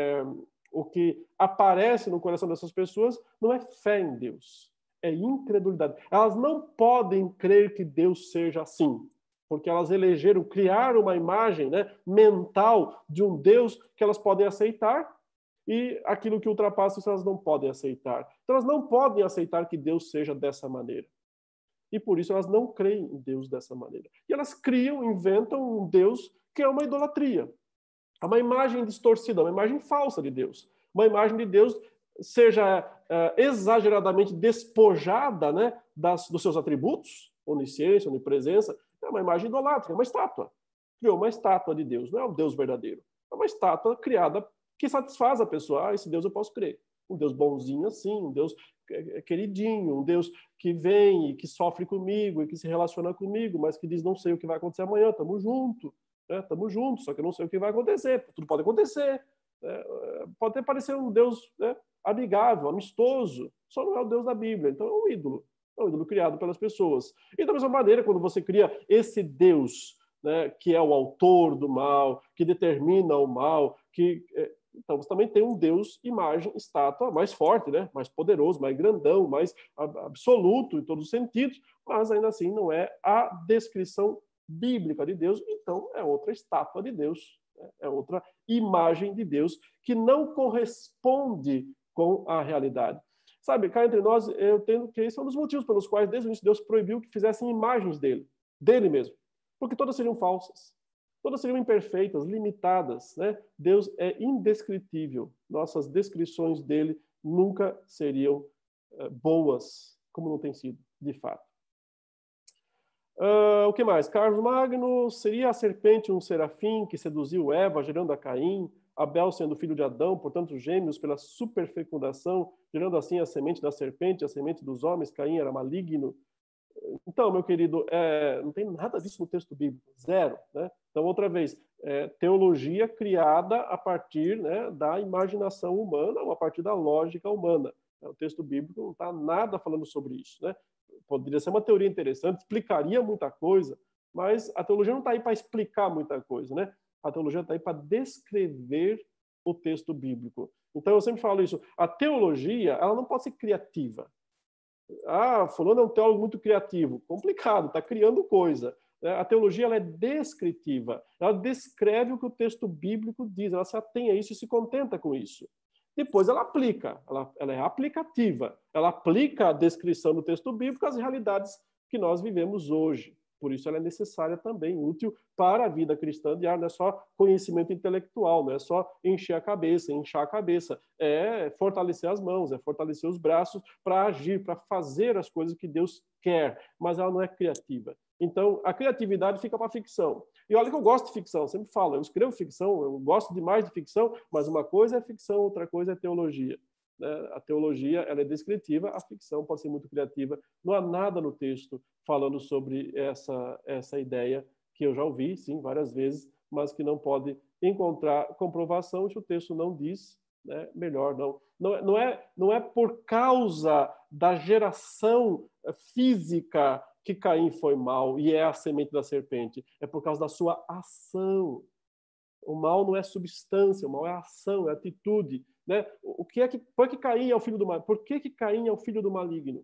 o que aparece no coração dessas pessoas não é fé em Deus, é incredulidade. Elas não podem crer que Deus seja assim, porque elas criaram uma imagem, né, mental de um Deus que elas podem aceitar e aquilo que ultrapassa isso elas não podem aceitar. Então elas não podem aceitar que Deus seja dessa maneira. E por isso elas não creem em Deus dessa maneira. E elas inventam um Deus que é uma idolatria. É uma imagem distorcida, uma imagem falsa de Deus. Uma imagem de Deus seja exageradamente despojada, né, dos seus atributos, onisciência, onipresença. É uma imagem idolátrica, é uma estátua. Criou uma estátua de Deus, não é o Deus verdadeiro. É uma estátua criada que satisfaz a pessoa. Esse Deus eu posso crer. Um Deus bonzinho assim, um Deus queridinho, um Deus que vem e que sofre comigo e que se relaciona comigo, mas que diz, não sei o que vai acontecer amanhã, estamos juntos. Estamos juntos, só que eu não sei o que vai acontecer. Tudo pode acontecer. Pode até parecer um Deus, né, amigável, amistoso, só não é o Deus da Bíblia. Então é um ídolo criado pelas pessoas. E da mesma maneira, quando você cria esse Deus, né, que é o autor do mal, que determina o mal, então você também tem um Deus, imagem, estátua mais forte, né, mais poderoso, mais grandão, mais absoluto em todos os sentidos, mas ainda assim não é a descrição bíblica de Deus, então é outra estátua de Deus, né? É outra imagem de Deus que não corresponde com a realidade. Sabe, cá entre nós, eu entendo que esse é um dos motivos pelos quais desde o início Deus proibiu que fizessem imagens dele mesmo, porque todas seriam falsas, todas seriam imperfeitas, limitadas, né? Deus é indescritível, nossas descrições dele nunca seriam boas, como não tem sido, de fato. O que mais? Carlos Magno, seria a serpente um serafim que seduziu Eva, gerando a Caim, Abel sendo filho de Adão, portanto gêmeos pela superfecundação, gerando assim a semente da serpente, a semente dos homens, Caim era maligno. Então, meu querido, não tem nada disso no texto bíblico, zero. Né? Então, outra vez, teologia criada a partir, né, da imaginação humana, ou a partir da lógica humana. O texto bíblico não está nada falando sobre isso, né? Poderia ser uma teoria interessante, explicaria muita coisa, mas a teologia não está aí para explicar muita coisa, né? A teologia está aí para descrever o texto bíblico. Então, eu sempre falo isso, a teologia, ela não pode ser criativa. Fulano é um teólogo muito criativo. Complicado, está criando coisa. A teologia ela é descritiva, ela descreve o que o texto bíblico diz, ela se atém a isso e se contenta com isso. Depois ela aplica, ela é aplicativa, ela aplica a descrição do texto bíblico às realidades que nós vivemos hoje. Por isso ela é necessária também, útil para a vida cristã diária, não é só conhecimento intelectual, não é só encher a cabeça, inchar a cabeça, é fortalecer as mãos, é fortalecer os braços para agir, para fazer as coisas que Deus quer, mas ela não é criativa. Então, a criatividade fica para a ficção. E olha que eu gosto de ficção, sempre falo, eu escrevo ficção, eu gosto demais de ficção, mas uma coisa é ficção, outra coisa é teologia. A teologia ela é descritiva, a ficção pode ser muito criativa. Não há nada no texto falando sobre essa ideia que eu já ouvi, sim, várias vezes, mas que não pode encontrar comprovação se o texto não diz, né? Melhor não. Não é por causa da geração física que Caim foi mal e é a semente da serpente. É por causa da sua ação. O mal não é substância, o mal é ação, é atitude. Né? Por que Caim é o filho do maligno? Por que Caim é o filho do maligno?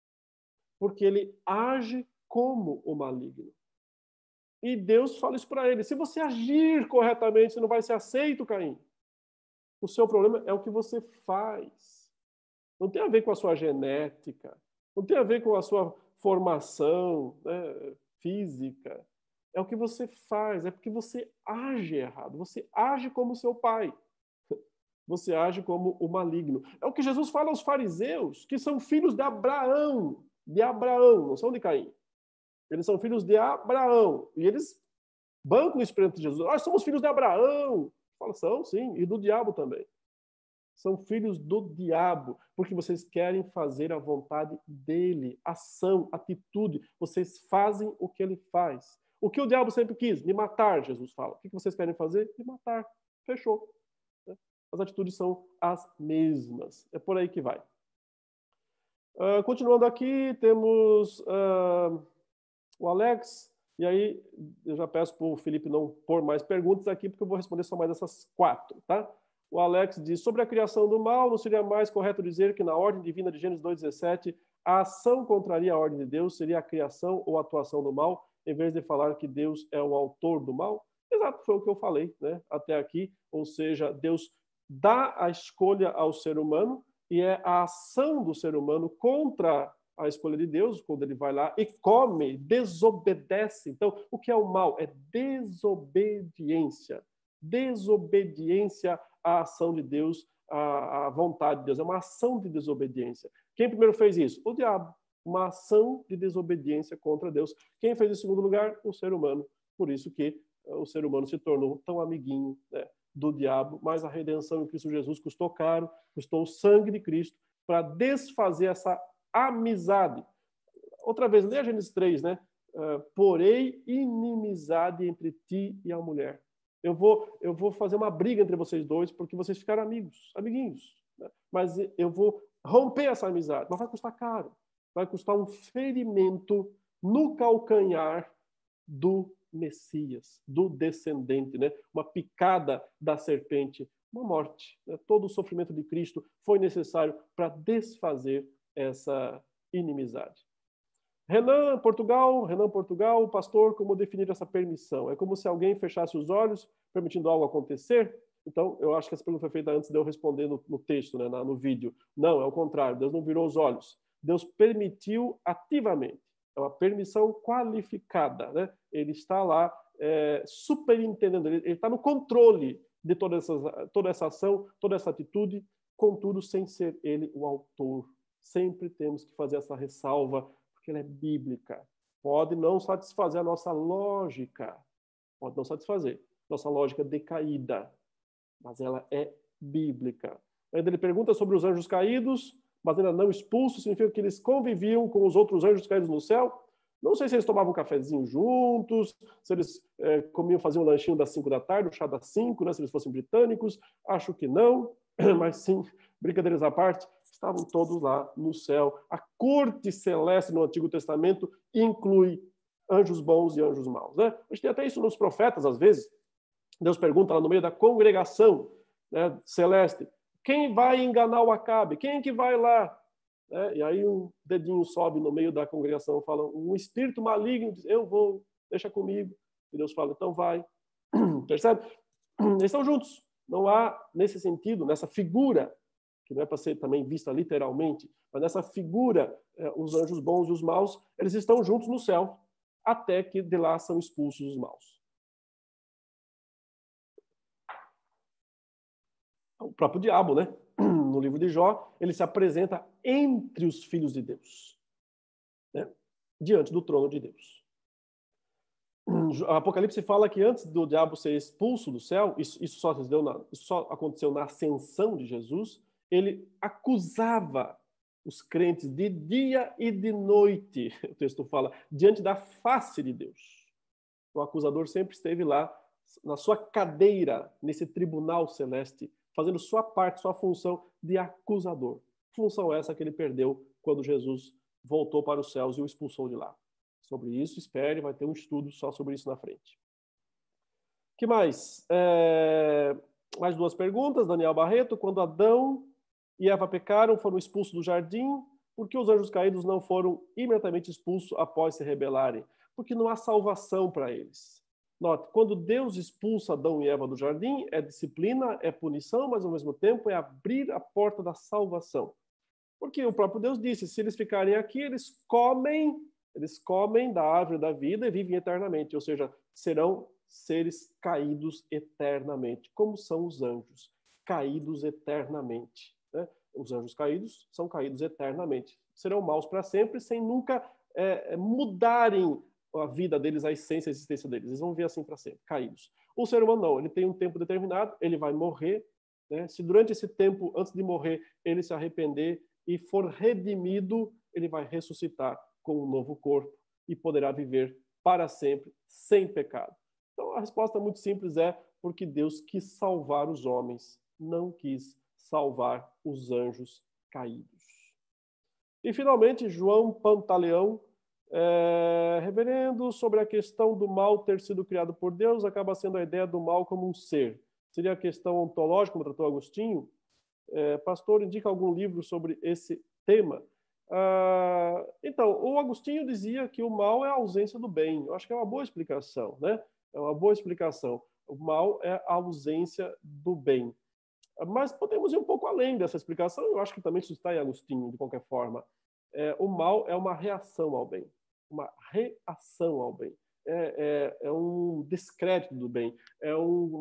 Porque ele age como o maligno. E Deus fala isso para ele. Se você agir corretamente, você não vai ser aceito, Caim. O seu problema é o que você faz. Não tem a ver com a sua genética, não tem a ver com a sua formação, né, física. É o que você faz, é porque você age errado. Você age como seu pai. Você age como o maligno. É o que Jesus fala aos fariseus, que são filhos de Abraão. De Abraão, não são de Caim. Eles são filhos de Abraão. E eles bancam isso perante Jesus. Nós somos filhos de Abraão. Fala, são, sim, e do diabo também. São filhos do diabo, porque vocês querem fazer a vontade dele. Ação, atitude. Vocês fazem o que ele faz. O que o diabo sempre quis? Me matar, Jesus fala. O que vocês querem fazer? Me matar. Fechou. As atitudes são as mesmas. É por aí que vai. Continuando aqui, temos o Alex. E aí, eu já peço para o Felipe não pôr mais perguntas aqui, porque eu vou responder só mais essas 4, tá? O Alex diz, sobre a criação do mal, não seria mais correto dizer que na ordem divina de Gênesis 2,17, a ação contraria a ordem de Deus, seria a criação ou a atuação do mal, em vez de falar que Deus é o autor do mal? Exato, foi o que eu falei, né? Até aqui. Ou seja, Deus dá a escolha ao ser humano e é a ação do ser humano contra a escolha de Deus, quando ele vai lá e come, desobedece. Então, o que é o mal? É desobediência. Desobediência à ação de Deus, à vontade de Deus. É uma ação de desobediência. Quem primeiro fez isso? O diabo. Uma ação de desobediência contra Deus. Quem fez em segundo lugar? O ser humano. Por isso que o ser humano se tornou tão amiguinho, né, do diabo, mas a redenção em Cristo Jesus custou caro, custou o sangue de Cristo para desfazer essa amizade. Outra vez, lê a Gênesis 3, né? Porém, inimizade entre ti e a mulher. Eu vou fazer uma briga entre vocês dois porque vocês ficaram amiguinhos. Né? Mas eu vou romper essa amizade. Mas vai custar caro. Vai custar um ferimento no calcanhar do Messias, do descendente, né? Uma picada da serpente, uma morte. Né? Todo o sofrimento de Cristo foi necessário para desfazer essa inimizade. Renan Portugal, pastor, como definir essa permissão? É como se alguém fechasse os olhos, permitindo algo acontecer? Então, eu acho que essa pergunta foi feita antes de eu responder no texto, né, no vídeo. Não, é o contrário. Deus não virou os olhos. Deus permitiu ativamente. É uma permissão qualificada, né? Ele está lá superintendendo, ele está no controle de toda essa ação, toda essa atitude, contudo, sem ser ele o autor. Sempre temos que fazer essa ressalva, porque ela é bíblica. Pode não satisfazer a nossa lógica, pode não satisfazer nossa lógica decaída, mas ela é bíblica. Ainda ele pergunta sobre os anjos caídos, mas ainda não expulsos, significa que eles conviviam com os outros anjos caídos no céu. Não sei se eles tomavam um cafezinho juntos, se eles faziam um lanchinho das 5 da tarde, o chá das 5, né, se eles fossem britânicos. Acho que não, mas sim, brincadeiras à parte, estavam todos lá no céu. A corte celeste no Antigo Testamento inclui anjos bons e anjos maus. Né? A gente tem até isso nos profetas, às vezes. Deus pergunta lá no meio da congregação, né, celeste, quem vai enganar o Acabe? Quem é que vai lá? E aí um dedinho sobe no meio da congregação, fala, um espírito maligno diz, eu vou, deixa comigo. E Deus fala, então vai. Percebe? Eles estão juntos. Não há, nesse sentido, nessa figura, que não é para ser também vista literalmente, mas nessa figura, os anjos bons e os maus, eles estão juntos no céu, até que de lá são expulsos os maus. O próprio diabo, né? No livro de Jó, ele se apresenta entre os filhos de Deus, né? Diante do trono de Deus. A Apocalipse fala que antes do diabo ser expulso do céu, isso só aconteceu na ascensão de Jesus, ele acusava os crentes de dia e de noite, o texto fala, diante da face de Deus. O acusador sempre esteve lá, na sua cadeira, nesse tribunal celeste, fazendo sua parte, sua função de acusador. Função essa que ele perdeu quando Jesus voltou para os céus e o expulsou de lá. Sobre isso, espere, vai ter um estudo só sobre isso na frente. O que mais? Mais 2 perguntas. Daniel Barreto, quando Adão e Eva pecaram, foram expulsos do jardim, por que os anjos caídos não foram imediatamente expulsos após se rebelarem? Porque não há salvação para eles. Note, quando Deus expulsa Adão e Eva do jardim, é disciplina, é punição, mas ao mesmo tempo é abrir a porta da salvação. Porque o próprio Deus disse, se eles ficarem aqui, eles comem da árvore da vida e vivem eternamente, ou seja, serão seres caídos eternamente, como são os anjos, caídos eternamente, né? Os anjos caídos são caídos eternamente, serão maus para sempre, sem nunca mudarem a vida deles, a essência, a existência deles. Eles vão viver assim para sempre, caídos. O ser humano não, ele tem um tempo determinado, ele vai morrer, né? Se durante esse tempo, antes de morrer, ele se arrepender e for redimido, ele vai ressuscitar com um novo corpo e poderá viver para sempre, sem pecado. Então, a resposta muito simples é porque Deus quis salvar os homens, não quis salvar os anjos caídos. E, finalmente, João Pantaleão, reverendo, sobre a questão do mal ter sido criado por Deus, acaba sendo a ideia do mal como um ser. Seria a questão ontológica, como tratou Agostinho. Pastor, indica algum livro sobre esse tema? Então, o Agostinho dizia que o mal é a ausência do bem. Eu acho que é uma boa explicação, né? É uma boa explicação. O mal é a ausência do bem. Mas podemos ir um pouco além dessa explicação. Eu acho que também isso está em Agostinho, de qualquer forma. O mal é uma reação ao bem. Uma reação ao bem. É um descrédito do bem, é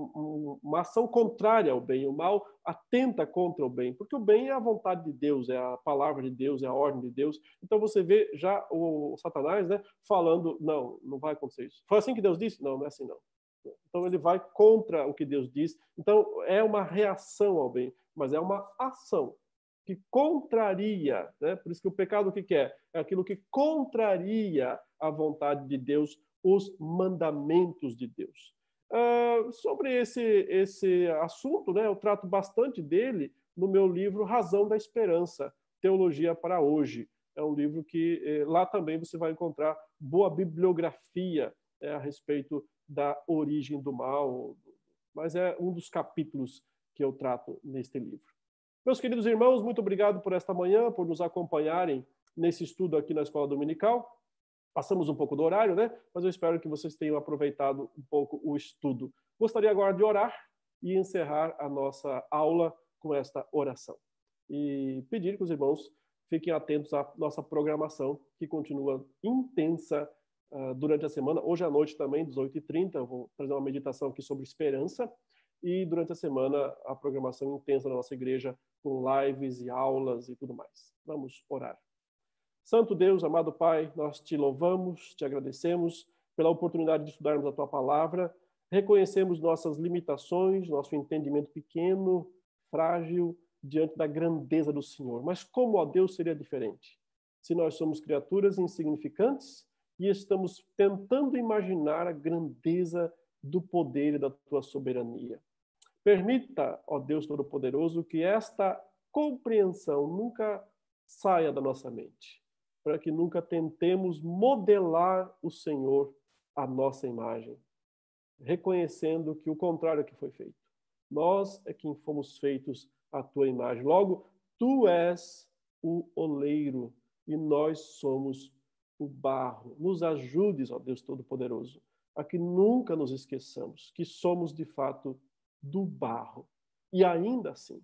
uma ação contrária ao bem. O mal atenta contra o bem, porque o bem é a vontade de Deus, é a palavra de Deus, é a ordem de Deus. Então você vê já o Satanás, né, falando, não vai acontecer isso. Foi assim que Deus disse? Não é assim não. Então ele vai contra o que Deus diz. Então é uma reação ao bem, mas é uma ação que contraria, né? Por isso que o pecado o que é? É aquilo que contraria a vontade de Deus, os mandamentos de Deus. Sobre esse assunto, né, eu trato bastante dele no meu livro Razão da Esperança, Teologia para Hoje. É um livro que lá também você vai encontrar boa bibliografia a respeito da origem do mal, mas é um dos capítulos que eu trato neste livro. Meus queridos irmãos, muito obrigado por esta manhã, por nos acompanharem nesse estudo aqui na Escola Dominical. Passamos um pouco do horário, né? Mas eu espero que vocês tenham aproveitado um pouco o estudo. Gostaria agora de orar e encerrar a nossa aula com esta oração. E pedir que os irmãos fiquem atentos à nossa programação, que continua intensa durante a semana. Hoje à noite também, 18h30, eu vou trazer uma meditação aqui sobre esperança. E durante a semana, a programação intensa da nossa igreja, com lives e aulas e tudo mais. Vamos orar. Santo Deus, amado Pai, nós te louvamos, te agradecemos pela oportunidade de estudarmos a Tua Palavra, reconhecemos nossas limitações, nosso entendimento pequeno, frágil, diante da grandeza do Senhor. Mas como, ó Deus, seria diferente? Se nós somos criaturas insignificantes e estamos tentando imaginar a grandeza do poder e da Tua soberania. Permita, ó Deus Todo-Poderoso, que esta compreensão nunca saia da nossa mente, para que nunca tentemos modelar o Senhor à nossa imagem, reconhecendo que o contrário é que foi feito. Nós é quem fomos feitos à tua imagem. Logo, tu és o oleiro e nós somos o barro. Nos ajudes, ó Deus Todo-Poderoso, a que nunca nos esqueçamos que somos de fato do barro. E ainda assim,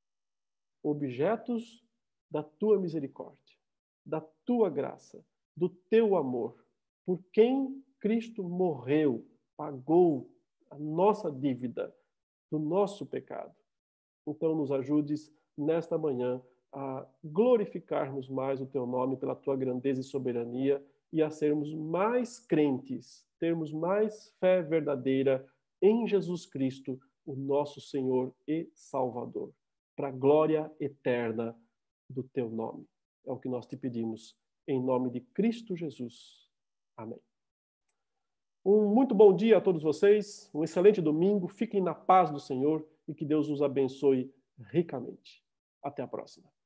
objetos da tua misericórdia, da tua graça, do teu amor, por quem Cristo morreu, pagou a nossa dívida, do nosso pecado. Então nos ajudes nesta manhã a glorificarmos mais o teu nome pela tua grandeza e soberania e a sermos mais crentes, termos mais fé verdadeira em Jesus Cristo, o nosso Senhor e Salvador, para a glória eterna do teu nome. É o que nós te pedimos, em nome de Cristo Jesus. Amém. Um muito bom dia a todos vocês, um excelente domingo, fiquem na paz do Senhor e que Deus os abençoe ricamente. Até a próxima.